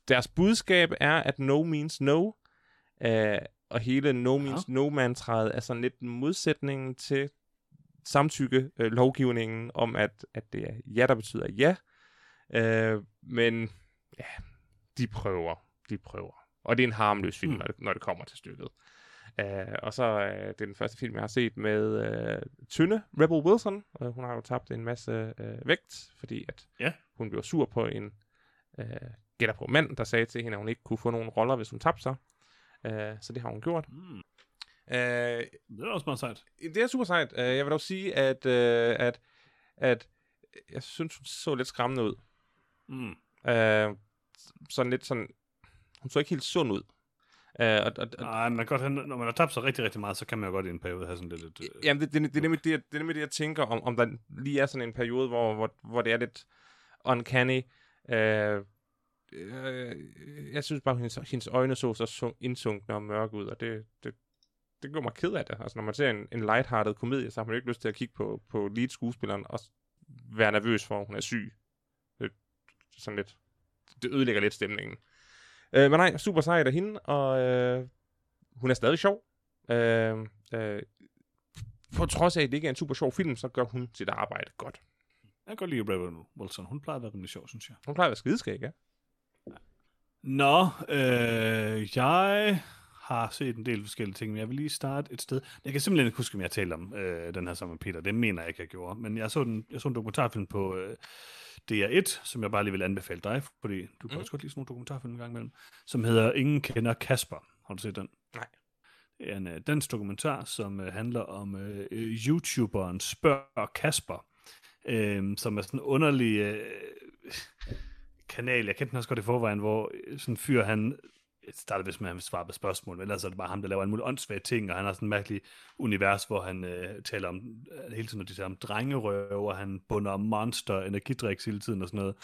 deres budskab er, at no means no, øh, og hele no means ja. no-mantraet er sådan lidt modsætningen til samtykke-lovgivningen om, at, at det er ja, der betyder ja. Øh, men ja, de prøver, de prøver. Og det er en harmløs film, mm. når, det, når det kommer til stykket. Uh, og så uh, det er den første film, jeg har set med uh, tynde Rebel Wilson. Uh, hun har jo tabt en masse uh, vægt, fordi at ja. hun blev sur på en uh, gætter på mand, der sagde til hende, at hun ikke kunne få nogen roller, hvis hun tabte sig. Uh, så det har hun gjort. Mm. Uh, det er også meget sejt. Det er super sejt. Uh, jeg vil dog sige, at, uh, at, at jeg synes, hun så lidt skræmmende ud. Mm. Uh, sådan lidt sådan... Hun så ikke helt sund ud. Uh, og, og, og, Nej, man godt, når man har tabt sig rigtig, rigtig meget, så kan man jo godt i en periode have sådan lidt... lidt øh... Jamen, det, det, det, det, er nemlig det, det er nemlig det, jeg tænker, om, om der lige er sådan en periode, hvor, hvor, hvor det er lidt uncanny. Uh, uh, jeg synes bare, at hendes, hendes øjne så så indsunkne og mørke ud, og det, det, det gør mig ked af det. Altså, når man ser en, en lighthearted komedie, så har man jo ikke lyst til at kigge på, på lead-skuespilleren og være nervøs for, at hun er syg. Det, sådan lidt, det ødelægger lidt stemningen. Uh, men nej, super sejt af hende, og uh, hun er stadig sjov. Uh, uh, på trods af, at det ikke er en super sjov film, så gør hun sit arbejde godt. Jeg kan godt lide Rebel Wilson. Hun plejer at være rimelig sjov, synes jeg. Hun plejer at være skideskæg, ja. Nå, øh, jeg har set en del forskellige ting, men jeg vil lige starte et sted. Jeg kan simpelthen ikke huske, om jeg talte om øh, den her sammen med Peter. Det mener jeg ikke, jeg gjorde. Men jeg så, den, jeg så en dokumentarfilm på øh, D R et, som jeg bare lige vil anbefale dig, fordi du kan mm. også godt lide sådan nogle dokumentarfilm en gang imellem, som hedder Ingen kender Kasper. Har du set den? Nej. Det er en øh, dansk dokumentar, som øh, handler om øh, YouTuberen Spørg Kasper, øh, som er sådan en underlig øh, kanal. Jeg kendte den også godt i forvejen, hvor sådan en fyr, han starter vist med, at han svarer på spørgsmål, men ellers er det bare ham, der laver en mulig åndssvage ting, og han har sådan en mærkelig univers, hvor han øh, taler om, øh, hele tiden, når de taler om drengerøver, han bunder om monster, energidriks hele tiden og sådan noget,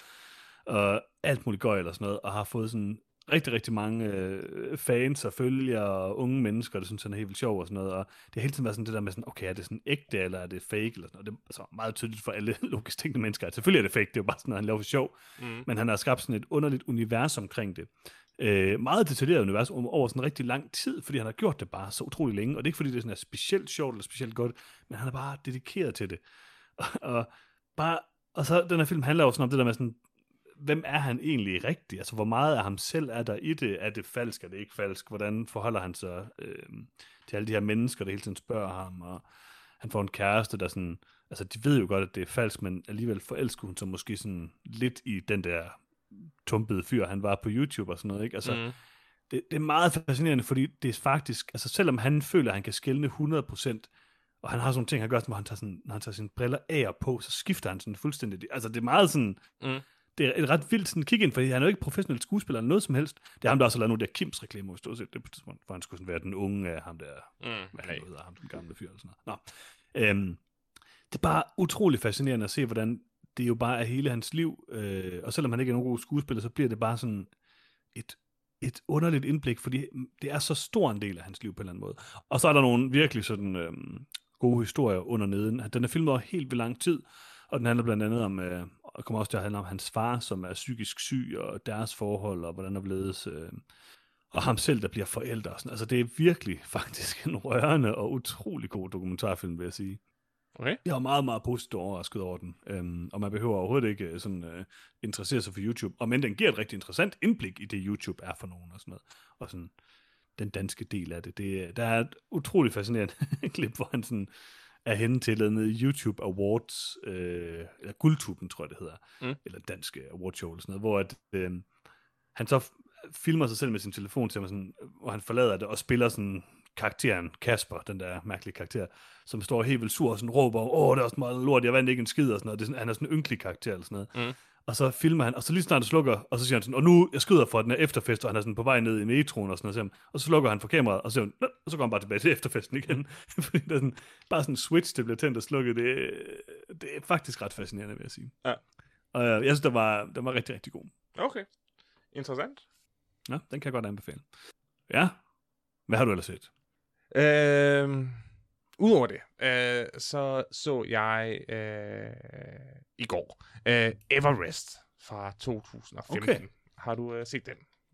og alt muligt gøjl og sådan noget, og har fået sådan rigtig, rigtig mange øh, fans og følgere og unge mennesker, det synes han er helt vildt sjov og sådan noget, og det har hele tiden været sådan det der med sådan, okay, er det sådan ægte, eller er det fake, eller sådan noget. Det er altså meget tydeligt for alle logisk tænkende mennesker, at selvfølgelig er det fake, det er jo bare sådan noget, han laver for sjov, mm. men han har skabt sådan et underligt univers omkring det. Øh, meget detaljeret univers over sådan en rigtig lang tid, fordi han har gjort det bare så utrolig længe, og det er ikke fordi, det er sådan er specielt sjovt eller specielt godt, men han er bare dedikeret til det. Og, og, bare, og så den her film handler jo sådan om det der med sådan, hvem er han egentlig rigtig? Altså, hvor meget af ham selv er der i det? Er det falsk? Er det ikke falsk? Hvordan forholder han sig øh, til alle de her mennesker, der hele tiden spørger ham? Og han får en kæreste, der sådan... Altså, de ved jo godt, at det er falsk, men alligevel forelsker hun sig måske sådan lidt i den der tumpede fyr, han var på YouTube og sådan noget, ikke? Altså, mm. det, det er meget fascinerende, fordi det er faktisk... Altså, selvom han føler, at han kan skelne hundrede procent, og han har sådan nogle ting, han gør, hvor han tager, sådan, når han tager sine briller af og på, så skifter han sådan fuldstændig... Altså, det er meget sådan... Mm. Det er et ret vildt sådan kick ind, fordi han er jo ikke professionel skuespiller eller noget som helst. Det er ham, der også har lavet nogle der Kims reklamer, hvis du har set det på tidspunkt, hvor han skulle sådan være den unge af ham der, mm, hvad han hedder, ham den gamle fyr eller sådan noget. Nå. Øhm, det er bare utrolig fascinerende at se, hvordan det jo bare er hele hans liv, øh, og selvom han ikke er nogen god skuespiller, så bliver det bare sådan et, et underligt indblik, fordi det er så stor en del af hans liv på en eller anden måde. Og så er der nogle virkelig sådan øhm, gode historier under neden. Den er filmet over helt vildt lang tid, og den handler blandt andet om, øh, og kommer også til at handle om hans far, som er psykisk syg, og deres forhold, og hvordan der blevet, øh, og ham selv, der bliver forældre. Og sådan. Altså, det er virkelig faktisk en rørende og utrolig god dokumentarfilm, vil jeg sige. Okay. Jeg er meget, meget positivt overrasket over den, øhm, og man behøver overhovedet ikke sådan, øh, interessere sig for YouTube, og men den giver et rigtig interessant indblik i det, YouTube er for nogen, og sådan noget, og sådan den danske del af det. det der er et utroligt fascinerende klip, hvor han sådan er henne til et YouTube Awards, øh, eller Guldtuben, tror jeg det hedder, mm. eller dansk awardshow eller sådan noget, hvor at, øh, han så filmer sig selv med sin telefon til mig, sådan, hvor han forlader det og spiller sådan karakteren Kasper, den der mærkelige karakter, som står helt vildt sur og sådan råber, åh, det er også meget lort, jeg vandt ikke en skid og sådan noget. Det er sådan, han er sådan en ynkelig karakter eller sådan noget. Mm. Og så filmer han, og så lige snart det slukker, og så siger han sådan, og nu, jeg skyder for den her efterfest, og han er sådan på vej ned i metroen og sådan noget, og så slukker han for kameraet, og så siger han, og så går han bare tilbage til efterfesten igen. Fordi der er sådan, bare sådan en switch, det bliver tændt og slukket, det, det er faktisk ret fascinerende, vil jeg sige. Ja. Og jeg synes, der var, der var rigtig, rigtig god. Okay. Interessant. Ja, den kan jeg godt anbefale. Ja, hvad har du ellers set? Øhm, Udover det, øh, så så jeg øh, i går øh, Everest fra to tusind og femten. Okay. Har du øh, set den?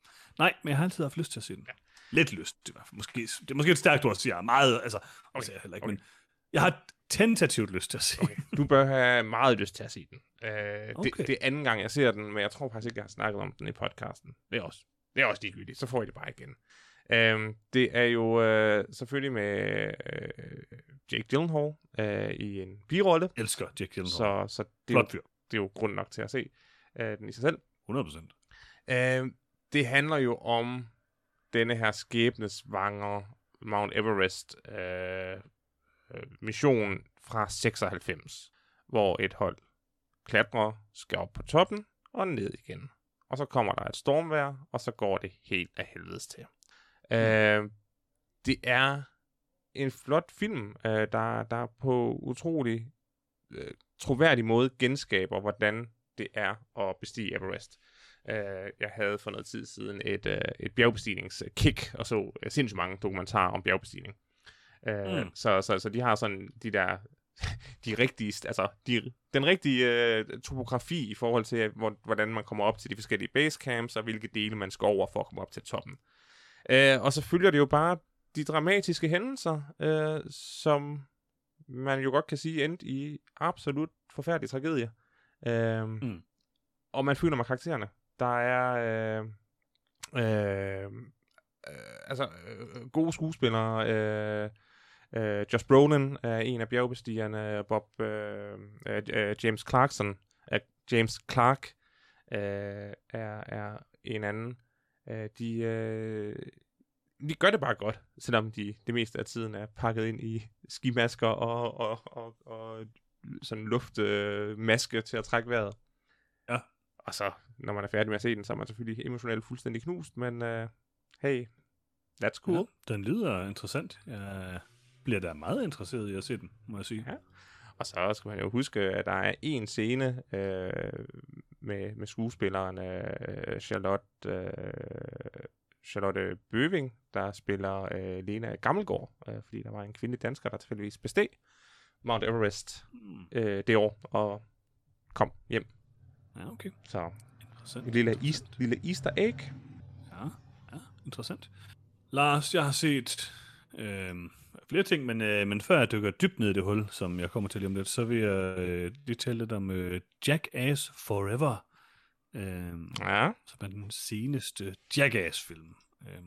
Nej, men jeg har altid haft lyst til at se den. Ja. Lidt lyst, i hvert fald. Måske, det er måske et stærkt ord at sige, meget, altså, okay. jeg heller ikke, okay. men jeg har tentativt lyst til at se okay. Du bør have meget lyst til at se den. Uh, okay. det, det er anden gang, jeg ser den, men jeg tror faktisk ikke, jeg har snakket om den i podcasten. Det er også, det er også ligegyldigt, så får I det bare igen. Uh, det er jo uh, selvfølgelig med uh, Jake Gyllenhaal uh, i en birolle. Elsker Jake Gyllenhaal. Så, så det, er jo, det er jo grund nok til at se uh, den i sig selv. hundrede procent. Uh, det handler jo om denne her skæbnesvanger Mount Everest uh, mission fra seksoghalvfems, hvor et hold klatrer, skal op på toppen og ned igen. Og så kommer der et stormvejr, og så går det helt af helvedes til. Mm. Uh, det er en flot film, uh, der, der på utrolig uh, troværdig måde genskaber, hvordan det er at bestige Everest. Uh, jeg havde for noget tid siden et, uh, et bjergbestigningskick, og så uh, sindssygt mange dokumentarer om bjergbestigning. Uh, mm. så, så, så de har sådan de der de rigtige, altså de, den rigtige uh, topografi i forhold til, hvor, hvordan man kommer op til de forskellige basecamps, og hvilke dele man skal over for at komme op til toppen. Uh, og så følger det jo bare de dramatiske hændelser, uh, som man jo godt kan sige endte i absolut forfærdelig tragedie. Uh, mm. Og man føler med karaktererne. Der er uh, uh, uh, altså uh, gode skuespillere. Uh, Uh, Josh Brolin er en af bjergbestigerne, Bob uh, uh, uh, James Clarkson, uh, James Clark uh, er, er en anden. Uh, de, uh, de gør det bare godt, selvom de det meste af tiden er pakket ind i skimasker og, og, og, og sådan luftmaske uh, til at trække vejret. Ja. Og så, når man er færdig med at se den, så er man selvfølgelig emotionelt fuldstændig knust, men uh, hey, that's cool. Ja, den lyder interessant. Jeg bliver da meget interesseret i at se den, må jeg sige. Ja. Og så skal man jo huske, at der er en scene øh, med, med skuespilleren øh, Charlotte, øh, Charlotte Bøving, der spiller øh, Lena Gammelgaard, øh, fordi der var en kvindelig dansker, der tilfældigvis besteg Mount Everest øh, det år, og kom hjem. Ja, okay. Så interessant. En lille, east, lille easter egg. Ja, ja, interessant. Lars, jeg har set øh, flere ting, men, øh, men før jeg dykker dybt ned i det hul, som jeg kommer til lige om lidt, så vil jeg øh, lige tale lidt om øh, Jackass Forever, øh, ja. som er den seneste Jackass-film. Øh,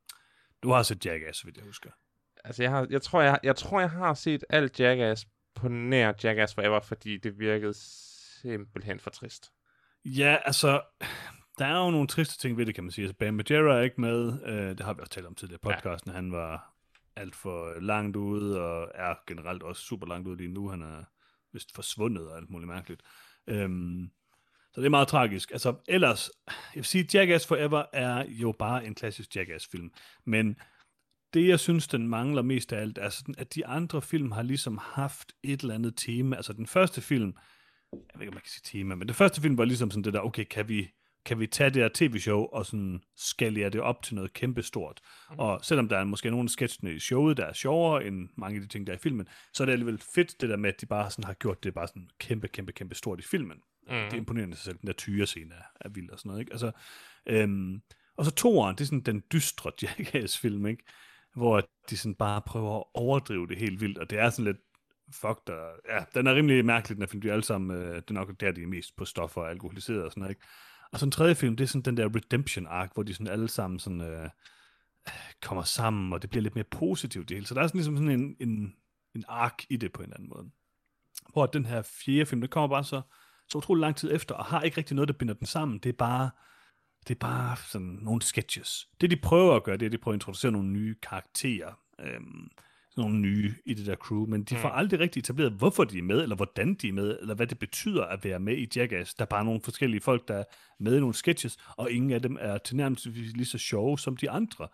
du har set Jackass, vil jeg husker. Altså, jeg, har, jeg, tror, jeg, jeg tror, jeg har set alt Jackass på nær Jackass Forever, fordi det virkede simpelthen for trist. Ja, altså, der er jo nogle triste ting ved det, kan man sige. Altså, Bam Margera er ikke med. Øh, det har vi også talt om tidligere i podcasten. Ja. Han var alt for langt ude, og er generelt også super langt ude lige nu. Han er vist forsvundet og alt muligt mærkeligt. Øhm, så det er meget tragisk. Altså, ellers, jeg vil sige, Jackass Forever er jo bare en klassisk Jackass-film. Men det, jeg synes, den mangler mest af alt, er sådan, at de andre film har ligesom haft et eller andet tema. Altså, den første film, jeg ved ikke, om man kan sige tema, men den første film var ligesom sådan det der, okay, kan vi, kan vi tage det her tv-show og sådan skalere det op til noget kæmpestort? Mm. Og selvom der er måske nogle sketchene i showet, der er sjovere end mange af de ting, der er i filmen, så er det alligevel fedt det der med, at de bare sådan har gjort det bare sådan kæmpe, kæmpe, kæmpe stort i filmen. Mm. Det er imponerende sig selv, den der tyrescene er, er vild og sådan noget, ikke? Altså, øhm, og så toeren, det er sådan den dystre Jackass-film, ikke? Hvor de sådan bare prøver at overdrive det helt vildt, og det er sådan lidt fuck der, ja, den er rimelig mærkelig, den her film, de er alle sammen, øh, det er nok der, de er mest på stoffer og alkoholiseret og sådan noget, ikke? Og så en tredje film, det er sådan den der redemption arc, hvor de sådan alle sammen sådan øh, kommer sammen, og det bliver lidt mere positivt det hele, så der er sådan ligesom sådan en, en, en arc i det på en eller anden måde. Hvor den her fjerde film, den kommer bare så, så utrolig lang tid efter, og har ikke rigtig noget, der binder den sammen, det er bare det er bare sådan nogle sketches. Det de prøver at gøre, det er, at de prøver at introducere nogle nye karakterer, øhm, nogle nye i det der crew, men de får mm. aldrig rigtig etableret, hvorfor de er med, eller hvordan de er med, eller hvad det betyder at være med i Jackass. Der er bare nogle forskellige folk, der er med i nogle sketches, og ingen af dem er tilnærmelsesvis lige så sjove som de andre.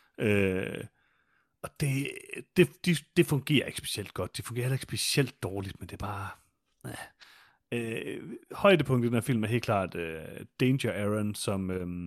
Øh, og det, det, det, det fungerer ikke specielt godt. Det fungerer heller ikke specielt dårligt, men det er bare... Øh. Øh, højdepunktet i den her film er helt klart øh, Danger Aaron, som øh,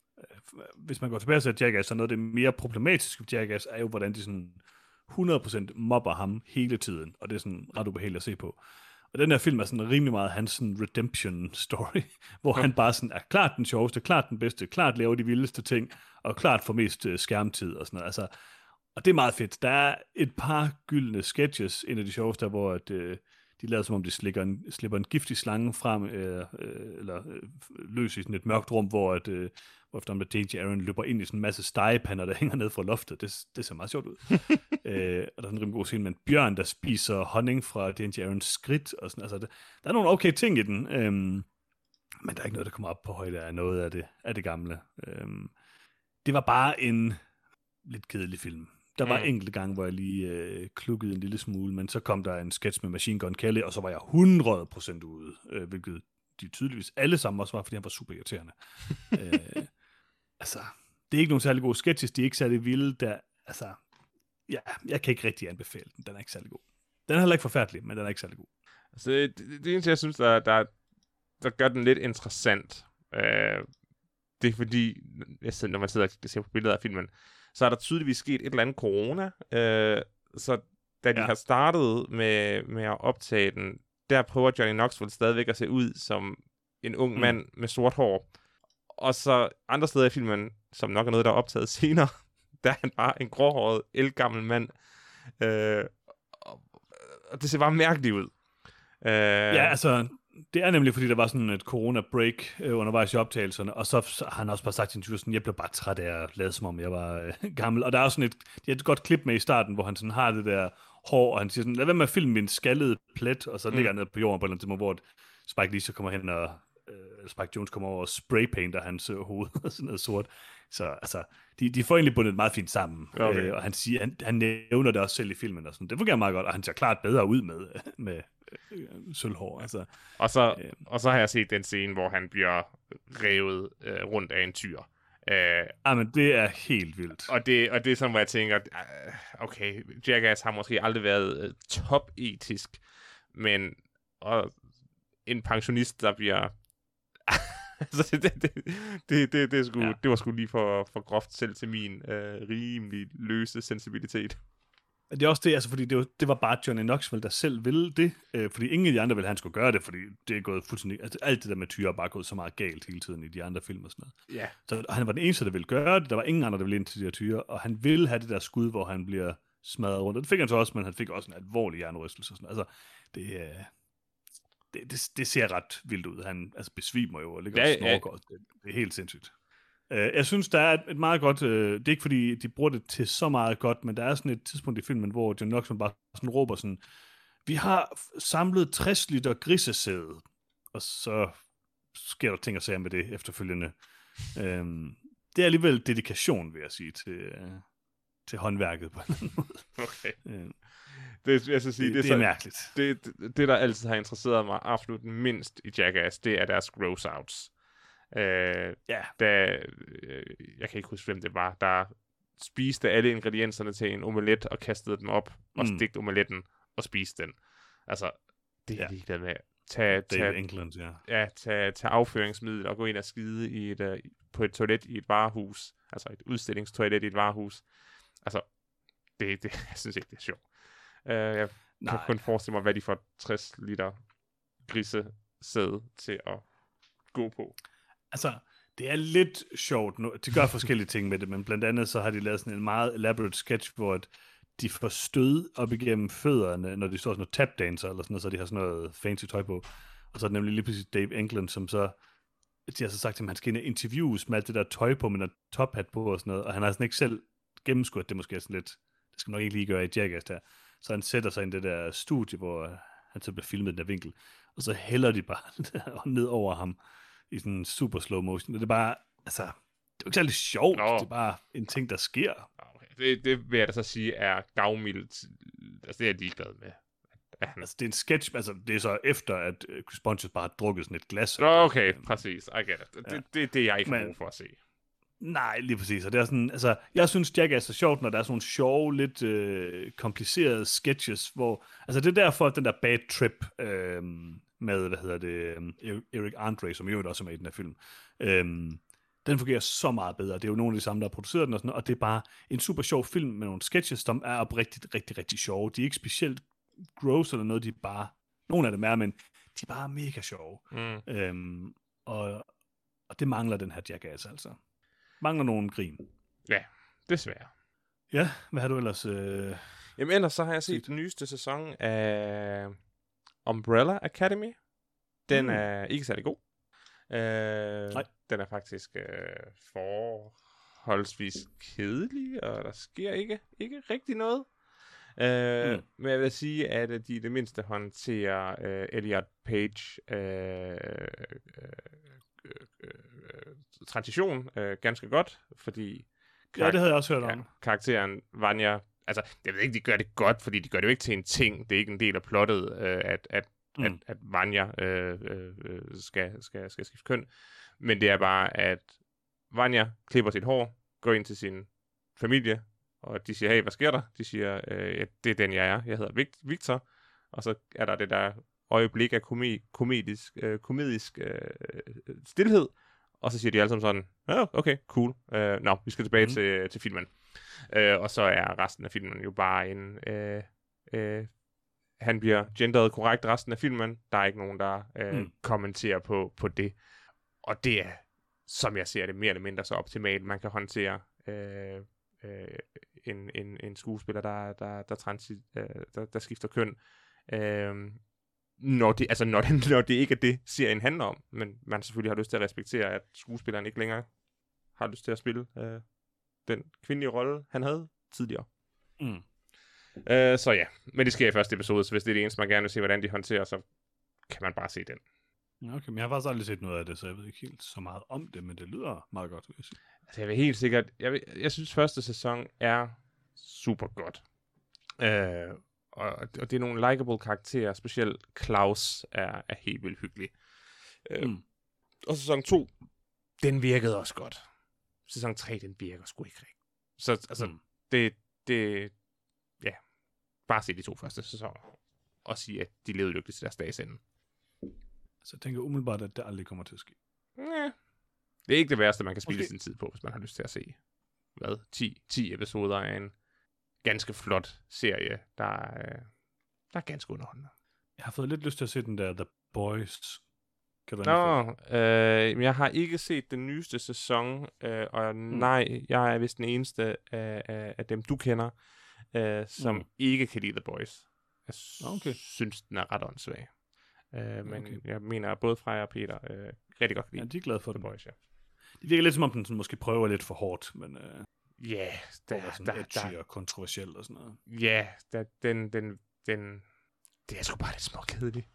hvis man går tilbage til Jackass, så noget af det mere problematiske ved Jackass er jo, hvordan de sådan hundrede procent mobber ham hele tiden, og det er sådan ret ubehageligt at se på. Og den her film er sådan rimelig meget hans sådan redemption story, hvor han bare sådan er klart den sjoveste, klart den bedste, klart laver de vildeste ting, og klart får mest øh, skærmtid og sådan noget. Altså, og det er meget fedt. Der er et par gyldne sketches, en af de sjoveste, hvor at, øh, de lader som om, de slipper en, slipper en giftig slange frem, øh, øh, eller øh, løs i sådan et mørkt rum, hvor at, øh, hvorefter med Danger Aaron løber ind i sådan en masse stegepander, der hænger ned fra loftet. Det, det ser meget sjovt ud. øh, og der er en rimelig god scene med en bjørn, der spiser honning fra Danger Aarons skridt. Og sådan. Altså, det, der er nogle okay ting i den, øhm, men der er ikke noget, der kommer op på højde af noget af det, af det gamle. Øhm, det var bare en lidt kedelig film. Der var mm. enkelte gange, hvor jeg lige øh, klukkede en lille smule, men så kom der en sketch med Machine Gun Kelly, og så var jeg hundrede procent ude, øh, hvilket de tydeligvis alle sammen også var, fordi han var super irriterende. øh, altså, det er ikke nogen særlig gode sketches, de er ikke særlig vilde, der, altså, ja, jeg kan ikke rigtig anbefale den, den er ikke særlig god. Den er heller ikke forfærdelig, men den er ikke særlig god. Altså, det, det eneste, jeg synes, der, der, der gør den lidt interessant, øh, det er fordi, når man sidder og ser på billeder af filmen, så er der tydeligvis sket et eller andet corona, øh, så da de ja. har startet med, med at optage den, der prøver Johnny Knoxville stadigvæk at se ud som en ung mm. mand med sort hår. Og så andre steder i filmen, som nok er noget, der er optaget senere, der er han bare en gråhåret, ældgammel mand. Øh, og, og det ser bare mærkeligt ud. Øh, ja, altså, det er nemlig, fordi der var sådan et corona-break øh, undervejs i optagelserne, og så, så har han også bare sagt til interviewen, jeg blev bare træt af at lade som om, jeg var øh, gammel. Og der er også sådan et, de har et godt klip med i starten, hvor han sådan har det der hår, og han siger sådan, lad være med at filme min skaldede plet, og så mm. ligger han nede på jorden på et eller andet tidspunkt, hvor Spike Lee så kommer hen, og øh, Spike Jonze kommer over og spraypainter hans øh, hoved, og sådan noget sort. Så altså, de, de får egentlig bundet meget fint sammen, okay. øh, og han, siger, han, han nævner det også selv i filmen, og sådan. Det fungerer meget godt, og han ser klart bedre ud med, med øh, sølvhår. Altså. Og, så, øh, og så har jeg set den scene, hvor han bliver revet øh, rundt af en tyr. Øh, Jamen, det er helt vildt. Og det, og det er sådan, hvor jeg tænker, okay, Jackass har måske aldrig været øh, top-etisk, men og en pensionist, der bliver... altså, det, det, det, det, det, sgu, ja. det var sgu lige for, for groft selv til min øh, rimelig løse sensibilitet. Det er også det, altså, fordi det var, det var bare Johnny Knoxville, der selv ville det, øh, fordi ingen af de andre ville, han skulle gøre det, fordi det er gået fuldstændig, altså alt det der med tyre er bare gået så meget galt hele tiden i de andre film og sådan noget. Ja. Så han var den eneste, der ville gøre det, der var ingen andre, der ville ind til de her tyre, og han ville have det der skud, hvor han bliver smadret rundt, og det fik han så også, men han fik også en alvorlig hjernerystelse og sådan noget. Altså, det, øh, det, det, det ser ret vildt ud. Han altså, besvimer jo og ligger ja, og snorker, ja. det, det er helt sindssygt. Jeg synes, der er et, et meget godt... Øh, det er ikke, fordi de bruger det til så meget godt, men der er sådan et tidspunkt i filmen, hvor John Knoxville bare sådan råber sådan, vi har samlet tres liter grisesæde, og så sker der ting og sager med det efterfølgende. øhm, det er alligevel dedikation, vil jeg sige, til, øh, til håndværket på en eller anden måde. Okay. øhm, det, jeg skal sige, det, det, det er så, mærkeligt. Det, det, det, der altid har interesseret mig absolut mindst i Jackass, det er deres gross-outs. Øh, ja. Da, øh, jeg kan ikke huske, hvem det var, der spiste alle ingredienserne til en omelet og kastede dem op og mm. stegte omeletten og spiste den. Altså, det er jeg ja. ligeglad med. Tag, tag, England, ja. Ja, tag, tag afføringsmiddel og gå ind og skide i et, uh, på et toilet i et varehus. Altså et udstillingstoilet i et varehus. Altså, det, det, jeg synes ikke, det er sjovt. Uh, jeg Nej. kan kun forestille mig, hvad de får tres liter grisesæde til at gå på. Altså, det er lidt sjovt nu. De gør forskellige ting med det, men blandt andet så har de lavet sådan en meget elaborate sketch, hvor de får stød op igennem fødderne, når de står sådan noget tapdancer eller sådan noget, så de har sådan noget fancy tøj på. Og så er det nemlig lige præcis Dave England, som så, de har så sagt til ham, at han skal ind og interviews med alt det der tøj på, med en tophat på og sådan noget, og han har sådan ikke selv gennemskudt, at det måske er sådan lidt, det skal man nok ikke lige gøre i Jackass der. Så han sætter sig ind i det der studie, hvor han så bliver filmet i den der vinkel, og så hælder de bare ned over ham, i sådan super slow motion. Det er bare, altså, det er jo ikke særlig sjovt. Nå. Det er bare en ting, der sker. Okay. Det, det vil jeg da så sige er gavmildt. Altså, det er jeg ligeglad med. Ja. Altså, det er en sketch, altså, det er så efter, at Chris Pontius bare har drukket sådan et glas. Nå, okay, det. Præcis. I get it. Ja. Det, det, det er jeg ikke Men, for at se. Nej, lige præcis. Og det er sådan, altså, jeg synes, Jackass er sjovt, når der er sådan nogle sjove, lidt øh, komplicerede sketches, hvor, altså, det er derfor, den der bad trip, øh, med, hvad hedder det, Eric Andre, som jo også er med i den her film. Øhm, den fungerer så meget bedre. Det er jo nogle af de samme, der har produceret den, og, sådan, og det er bare en super sjov film med nogle sketches, som er oprigtigt rigtig, rigtig sjove. De er ikke specielt gross eller noget, de er bare nogle af dem er, men de er bare mega sjove. Mm. Øhm, og, og det mangler den her Jackass altså. Mangler nogen grin. Ja, desværre. Ja, hvad har du ellers... Øh... Jamen ellers så har jeg set den nyeste sæson af Umbrella Academy. Den mm. er ikke særlig god. Øh, Nej. Den er faktisk øh, forholdsvis kedelig, og der sker ikke, ikke rigtig noget. Øh, mm. Men jeg vil sige, at de i det mindste håndterer øh, Elliot Page øh, øh, øh, øh, transition øh, ganske godt, fordi karak- ja, det havde jeg også hørt om. Ja, karakteren Vanya, altså jeg ved ikke, de gør det godt, fordi de gør det jo ikke til en ting. Det er ikke en del af plottet, øh, at, at, mm. at, at Vanya øh, øh, skal, skal, skal skifte køn. Men det er bare, at Vanya klipper sit hår, går ind til sin familie, og de siger, hey, hvad sker der? De siger, øh, det er den, jeg er. Jeg hedder Victor. Og så er der det der øjeblik af komi- komedisk, øh, komedisk øh, stillhed. Og så siger de alle sammen sådan, ja, oh, okay, cool. Uh, Nå, no, vi skal tilbage mm. til, til filmen. Uh, og så er resten af filmen jo bare en... Uh, uh, han bliver genderet korrekt resten af filmen. Der er ikke nogen, der uh, mm. kommenterer på, på det. Og det er, som jeg ser det, mere eller mindre så optimalt. Man kan håndtere uh, uh, en, en, en skuespiller, der, der, der, transi- uh, der, der skifter køn. Uh, Når det, altså når det, når det ikke er det, serien handler om. Men man selvfølgelig har lyst til at respektere, at skuespilleren ikke længere har lyst til at spille øh, den kvindelige rolle, han havde tidligere. Mm. Øh, så ja, men det sker i første episode, så hvis det er det eneste, man gerne vil se, hvordan de håndterer, så kan man bare se den. Okay, men jeg har faktisk aldrig set noget af det, så jeg ved ikke helt så meget om det, men det lyder meget godt, vil jeg sige. Altså jeg vil helt sikkert, jeg, vil, jeg synes første sæson er super godt. Øh, Og, og det er nogle likeable karakterer, specielt Klaus er, er helt vildt hyggelig. Øh, mm. Og sæson to, den virkede også godt. Sæson tre, den virker sgu ikke rigtigt. Så altså, mm. det, det, ja, bare se de to første sæsoner, og sige, at de levede lykkeligt til deres dages ende. Så jeg tænker umiddelbart, at det aldrig kommer til at ske. Ja. Det er ikke det værste, man kan spille sin tid på, hvis man har lyst til at se, hvad, ti, ti episoder af en ganske flot serie, der, øh, der er ganske underholdende. Jeg har fået lidt lyst til at se den der The Boys. Kan du Nå, øh, jeg har ikke set den nyeste sæson, øh, og mm. nej, jeg er vist den eneste af, af, af dem, du kender, øh, som mm. ikke kan lide The Boys. Jeg okay. synes, den er ret åndssvag. Øh, men okay. jeg mener, både Freja og Peter øh, rigtig godt kan lide. Ja, de er glade for The den. Boys, ja. Det virker lidt som om, den sådan, måske prøver lidt for hårdt, men... Øh... Ja, yeah, der er sådan edgy og kontroversielt og sådan noget. Ja, yeah, den, den, den, det er sgu bare lidt småkedeligt.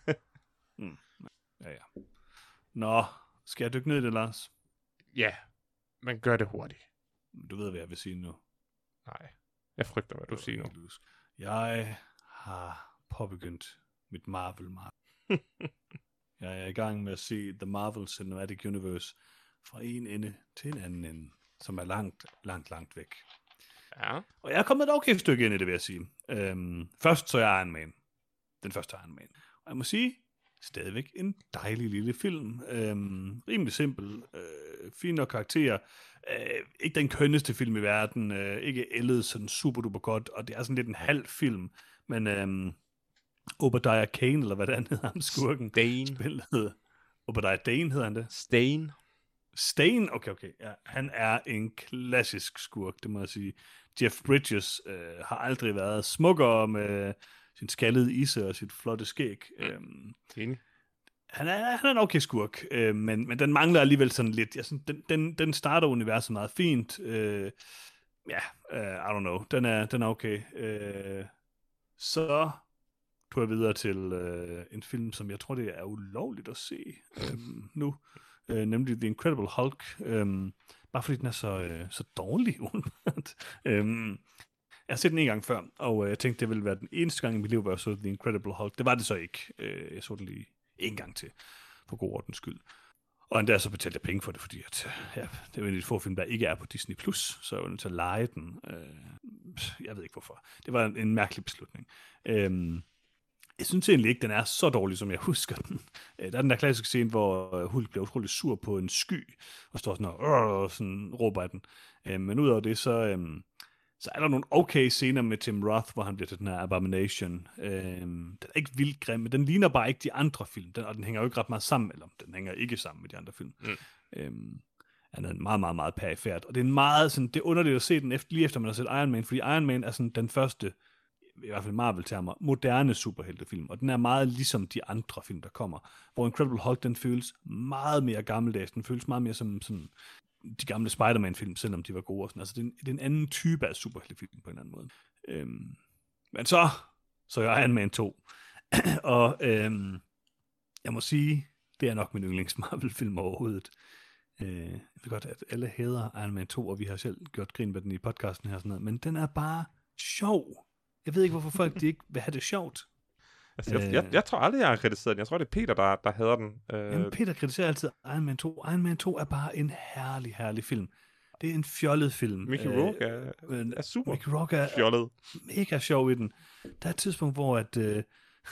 mm. Ja, ja. Nå, skal jeg dykke ned i det, Lars? Ja, men gør det hurtigt. Du ved, hvad jeg vil sige nu. Nej, jeg frygter, hvad du siger nu. Jeg har påbegyndt mit Marvel-mark. Jeg er i gang med at se The Marvel Cinematic Universe fra en ende til en anden ende, som er langt, langt, langt væk. Ja. Og jeg er kommet et okay stykke ind i det, vil jeg sige. Øhm, først så er Iron Man. Den første Iron Man. Og jeg må sige, stadigvæk en dejlig lille film. Øhm, rimelig simpel. Øh, fine nok karakterer. Øh, ikke den kønneste film i verden. Øh, ikke ældet sådan super duper godt. Og det er sådan lidt en halv film. Men øhm, Obadiah Kane, eller hvad det hedder, ham skurken. Stane. Spillet. Obadiah Dane hedder han det. Stane. Stane? Okay, okay. Ja, han er en klassisk skurk, det må jeg sige. Jeff Bridges øh, har aldrig været smukkere med sin skaldede isse og sit flotte skæg. Mm. Øhm, han, er, han er en okay skurk, øh, men, men den mangler alligevel sådan lidt. Ja, sådan, den, den, den starter universet meget fint. Øh, ja, uh, I don't know. Den er, den er okay. Øh, så tog jeg videre til øh, en film, som jeg tror, det er ulovligt at se øh, nu. Øh, nemlig The Incredible Hulk. Øh, bare fordi den er så, øh, så dårlig. øh, jeg har set den en gang før, og øh, jeg tænkte, det ville være den eneste gang i mit liv, hvor jeg så The Incredible Hulk. Det var det så ikke. Øh, jeg så den lige en gang til, for god ordens skyld. Og endda så betalte jeg penge for det, fordi at, ja, det er jo en af de få film, der ikke er på Disney plus, så jeg var nødt til at lege den. Øh, jeg ved ikke hvorfor. Det var en, en mærkelig beslutning. Øh, Jeg synes egentlig ikke, den er så dårlig, som jeg husker den. Der er den der klassiske scene, hvor Hulk bliver utrolig sur på en sky, og står sådan og, og sådan, råber af den. Men udover det, så, Så er der nogle okay scener med Tim Roth, hvor han bliver til den her Abomination. Øhm, den er ikke vildt grim, men den ligner bare ikke de andre film, den, og den hænger jo ikke ret meget sammen, eller den hænger ikke sammen med de andre film. Mm. Øhm, han er meget, meget, meget perifært, og det er en meget sådan, det er underligt at se den efter, lige efter man har set Iron Man, fordi Iron Man er sådan den første, i hvert fald Marvel-termer, moderne superheltefilm, og den er meget ligesom de andre film, der kommer, hvor Incredible Hulk, den føles meget mere gammeldags, den føles meget mere som sådan de gamle Spider-Man-film, selvom de var gode og sådan. Altså, det er, en, det er en anden type af superheltefilm på en eller anden måde. Øhm, men så, så er Iron Man to. og øhm, jeg må sige, det er nok min yndlings Marvel-film overhovedet. Øh, jeg ved godt, at alle hader Iron Man to, og vi har selv gjort grin med den i podcasten her og sådan noget, men den er bare sjov. Jeg ved ikke, hvorfor folk de ikke vil have det sjovt. Altså, jeg, jeg, jeg tror aldrig, jeg har kritiseret den. Jeg tror, det er Peter, der, der hader den. Øh... Jamen, Peter kritiserer altid Iron Man to. Iron Man to er bare en herlig, herlig film. Det er en fjollet film. Mickey øh, Rourke er, er super Mickey Rourke er fjollet. Mega sjov i den. Der er et tidspunkt, hvor at, øh,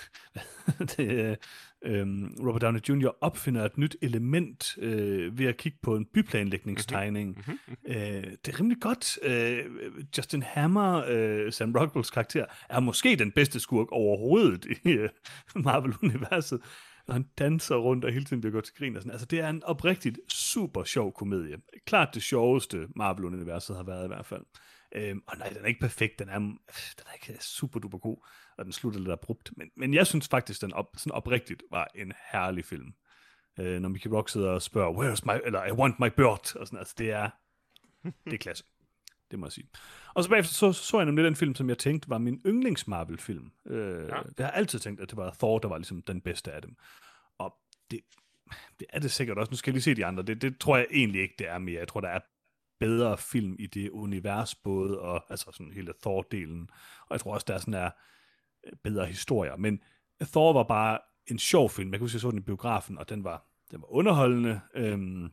det, øh, Robert Downey junior opfinder et nyt element øh, ved at kigge på en byplanlægningstegning. Mm-hmm. Øh, det er rimelig godt. Øh, Justin Hammer, øh, Sam Rockwells karakter, er måske den bedste skurk overhovedet i øh, Marvel-universet. Og han danser rundt og hele tiden bliver godt til grin. Og sådan. Altså, det er en oprigtigt super sjov komedie. Klart det sjoveste Marvel-universet har været i hvert fald. Øhm, og nej, den er ikke perfekt, den er, den er ikke super duper god, og den slutter lidt abrupt, men, men jeg synes faktisk, den op, sådan oprigtigt var en herlig film. Øh, når Mickey Rourke sidder og spørger, where's my, eller I want my bird, og sådan, altså det er, det er klasse. Det må jeg sige. Og så bagefter så, så, så jeg nemlig den film, som jeg tænkte var min yndlings Marvel-film. Øh, ja. Jeg har altid tænkt, at det var Thor, der var ligesom den bedste af dem. Og det, det er det sikkert også. Nu skal jeg lige se de andre. Det, det tror jeg egentlig ikke, det er mere. Jeg tror, der er bedre film i det univers, både og, altså sådan hele Thor-delen. Og jeg tror også, der er sådan der bedre historier. Men Thor var bare en sjov film. Jeg kan huske, jeg så den i biografen, og den var, den var underholdende. Øhm,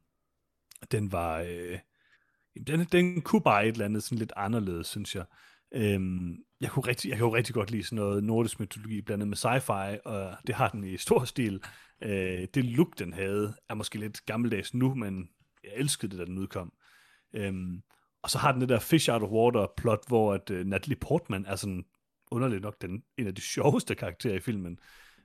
den var... Øh, Den, den kunne bare et eller andet sådan lidt anderledes, synes jeg. Øhm, jeg, kunne rigtig, jeg kan jo rigtig godt lide sådan noget nordisk mytologi blandet med sci-fi, og det har den i stor stil. Øh, det look, den havde, er måske lidt gammeldags nu, men jeg elskede det, da den udkom. Øhm, og så har den det der Fish Out of Water plot, hvor at, uh, Natalie Portman er sådan underligt nok den, en af de sjoveste karakterer i filmen.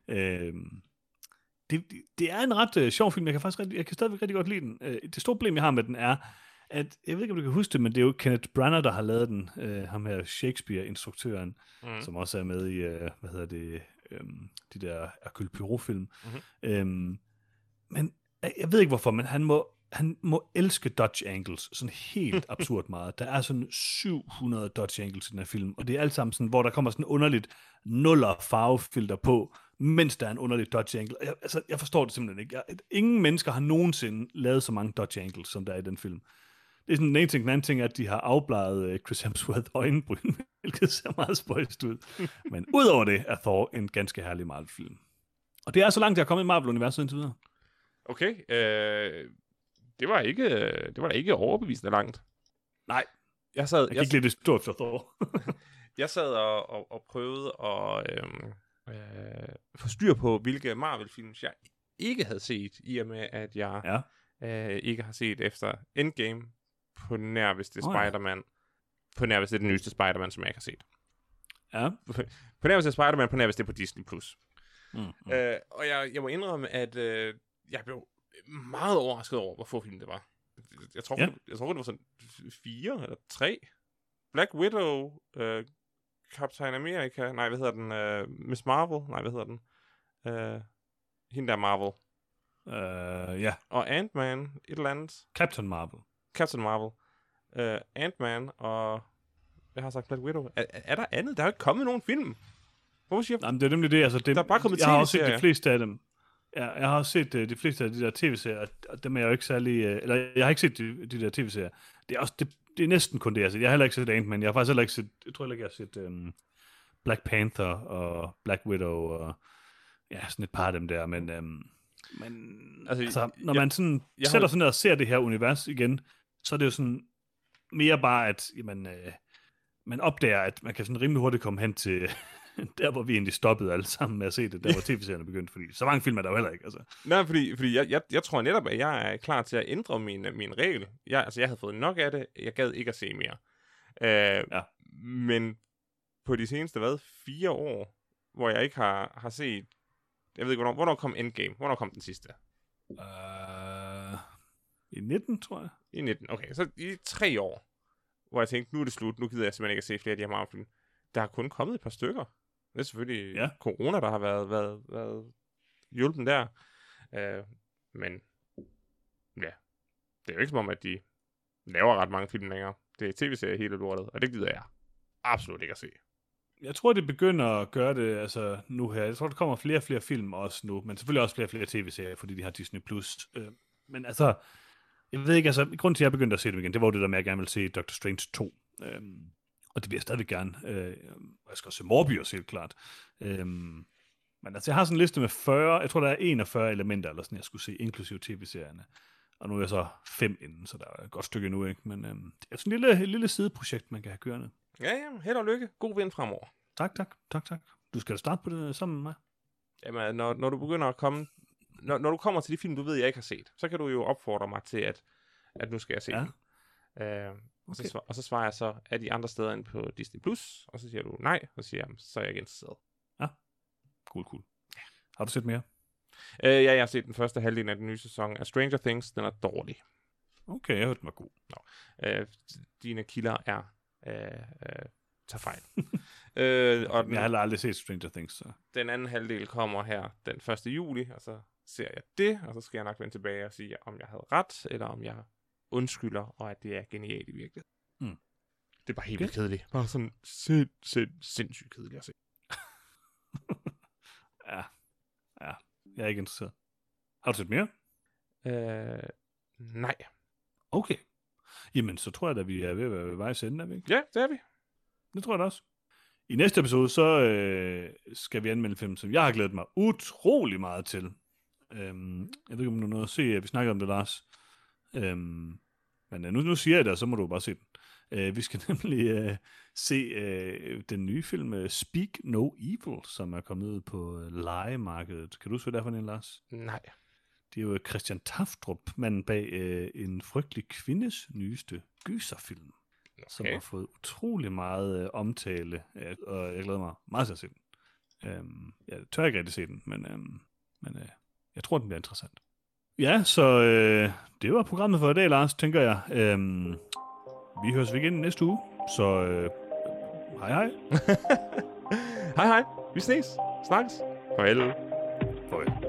Øhm, det, det er en ret uh, sjov film. Jeg kan faktisk rigtig, jeg kan stadigvæk rigtig godt lide den. Uh, det store problem, jeg har med den er, at, jeg ved ikke, om du kan huske det, men det er jo Kenneth Branagh, der har lavet den, øh, ham her Shakespeare-instruktøren, mm. som også er med i, øh, hvad hedder det, øh, de der Hercule Poirot-film. Mm-hmm. Øhm, men jeg, jeg ved ikke hvorfor, men han må, han må elske Dutch angles, sådan helt absurd meget. Der er sådan syv hundrede Dutch angles i den her film, og det er alt sammen sådan, hvor der kommer sådan underligt nuller farvefilter på, mens der er en underlig Dutch angle. Jeg, altså, jeg forstår det simpelthen ikke. Jeg, ingen mennesker har nogensinde lavet så mange Dutch angles, som der er i den film. Det er sådan en ene ting. Den anden ting er, at de har afbladet Chris Hemsworth øjenbryn, hvilket ser meget spøjst ud. Men udover det er Thor en ganske herlig Marvel-film. Og det er så langt, jeg er kommet i Marvel-universet indtil videre. Okay. Øh, det var ikke det var da ikke overbevisende langt. Nej. Jeg sad... Jeg gik jeg, lidt stort for Thor. jeg sad og, og, og prøvede at øh, øh, få styr på, hvilke Marvel-film jeg ikke havde set, i og med, at jeg ja. øh, ikke har set efter Endgame, på nær hvis det er oh, Spider-Man. Ja. På nær hvis det er den nyeste Spider-Man, som jeg ikke har set. Ja. På nær hvis det er Spider-Man, på nær hvis det er på Disney plus. Mm, mm. Øh, og jeg, jeg må indrømme, at øh, jeg blev meget overrasket over, hvor få film det var. Jeg tror, ja. det, jeg tror det var sådan fire eller tre. Black Widow, øh, Captain America, nej, hvad hedder den? Øh, Miss Marvel, nej, hvad hedder den? Øh, hende der Marvel. Uh, ja. Og Ant-Man, et eller andet. Captain Marvel. Captain Marvel. Uh, Ant-Man og... Jeg har sagt Black Widow. Er, er der andet? Der er jo ikke kommet nogen film. Hvorfor siger jeg? Jamen, det er nemlig det. Altså, det der er bare kommet jeg har også set de fleste af dem. Ja, jeg har også set uh, de fleste af de der tv-serier, og dem er jeg jo ikke særlig... Uh, eller, jeg har ikke set de, de der tv-serier. Det er også... Det, det er næsten kun det, jeg har set. Jeg har heller ikke set Ant-Man. Jeg har faktisk heller ikke set... Jeg tror heller ikke, jeg har set um, Black Panther og Black Widow og... Ja, sådan et par af dem der, men... Um, men altså, altså, når jeg, man sådan jeg sætter har... sådan ned og ser det her univers igen, så er det jo sådan mere bare, at jamen, øh, man opdager, at man kan sådan rimelig hurtigt komme hen til der, hvor vi egentlig stoppede alle sammen med at se det, der hvor tv-serierne begyndte, fordi så mange film er der jo heller ikke. Altså. Nej, fordi, fordi jeg, jeg, jeg tror netop, at jeg er klar til at ændre min, min regel. Jeg, altså, jeg havde fået nok af det, jeg gad ikke at se mere. Øh, ja. Men på de seneste, hvad, fire år, hvor jeg ikke har, har set, jeg ved ikke, hvornår, hvornår kom Endgame? Hvornår kom den sidste? Uh, I nitten, tror jeg. I nitten, okay. Så i tre år, hvor jeg tænkte, nu er det slut, nu gider jeg simpelthen ikke at se flere af de her Marvel-film. Der har kun kommet et par stykker. Det er selvfølgelig ja. corona, der har været, været, været hjulpen der. Uh, men ja, det er jo ikke som om, at de laver ret mange film længere. Det er tv-serier hele lortet, og det gider jeg absolut ikke at se. Jeg tror, det begynder at gøre det altså nu her. Jeg tror, der kommer flere og flere film også nu, men selvfølgelig også flere og flere tv-serier, fordi de har Disney plus. Øh, men altså, jeg ved ikke, altså, grunden til, at jeg begyndte at se dem igen, det var jo det der med, at jeg gerne ville se Doctor Strange to. Øh, og det vil jeg stadigvæk gerne. Øh, jeg skal også se Morbius, helt klart. Øh, men altså, jeg har sådan en liste med fyrre, jeg tror, der er enogfyrre elementer, eller sådan, jeg skulle se, inklusive tv-serierne. Og nu er jeg så fem inden, så der er et godt stykke endnu, ikke? Men øh, det er sådan et lille, et lille sideprojekt, man kan have kørende. Ja, ja, held og lykke. God vind fremover. Tak, tak, tak, tak. Du skal da starte på det sammen med mig. Jamen, når, når du begynder at komme... Når, når du kommer til de film, du ved, jeg ikke har set, så kan du jo opfordre mig til, at, at nu skal jeg se ja. dem. Øh, og, okay. så, og så svarer jeg så, er de andre steder end på Disney plus, og så siger du nej, og så siger jeg, så er jeg ikke interesseret. Ja, cool, cool. Har du set mere? Øh, ja, jeg har set den første halvdel af den nye sæson af Stranger Things. Den er dårlig. Okay, jeg hørte den var god. Nå. Øh, dine kilder er... Øh, øh, tager fejl. øh, og den, jeg har aldrig set Stranger Things, så... Den anden halvdel kommer her den første juli, og så ser jeg det, og så skal jeg nok vende tilbage og sige, om jeg havde ret, eller om jeg undskylder, og at det er genialt i virkeligheden. Mm. Det er bare helt okay. kedeligt. Bare sådan sind, sind, sindssygt kedeligt at se. ja. Ja. Jeg er ikke interesseret. Har du set mere? Øh, nej. Okay. Jamen, så tror jeg da, vi er ved at være ved vejs ende, er vi ikke? Ja, det er vi. Det tror jeg da også. I næste episode, så øh, skal vi anmelde en film, som jeg har glædet mig utrolig meget til. Øhm, jeg ved ikke, om du har noget at se, at vi snakker om det, Lars. Øhm, men øh, nu, nu siger jeg det, og så må du bare se den. Øh, vi skal nemlig øh, se øh, den nye film uh, Speak No Evil, som er kommet ud på øh, lejemarkedet. Kan du huske, hvad det er for en, Lars? Nej. Det er jo Christian Taftrup, manden bag øh, En frygtelig kvindes nyeste gyserfilm, okay. som har fået utrolig meget øh, omtale, øh, og jeg glæder mig meget til at se den. Øhm, jeg tør ikke rigtig se den, men, øhm, men øh, jeg tror, den bliver interessant. Ja, så øh, det var programmet for i dag, Lars, tænker jeg. Øhm, vi høres igen næste uge, så øh, hej hej. hej hej, vi ses, snakkes, farvel. Farvel.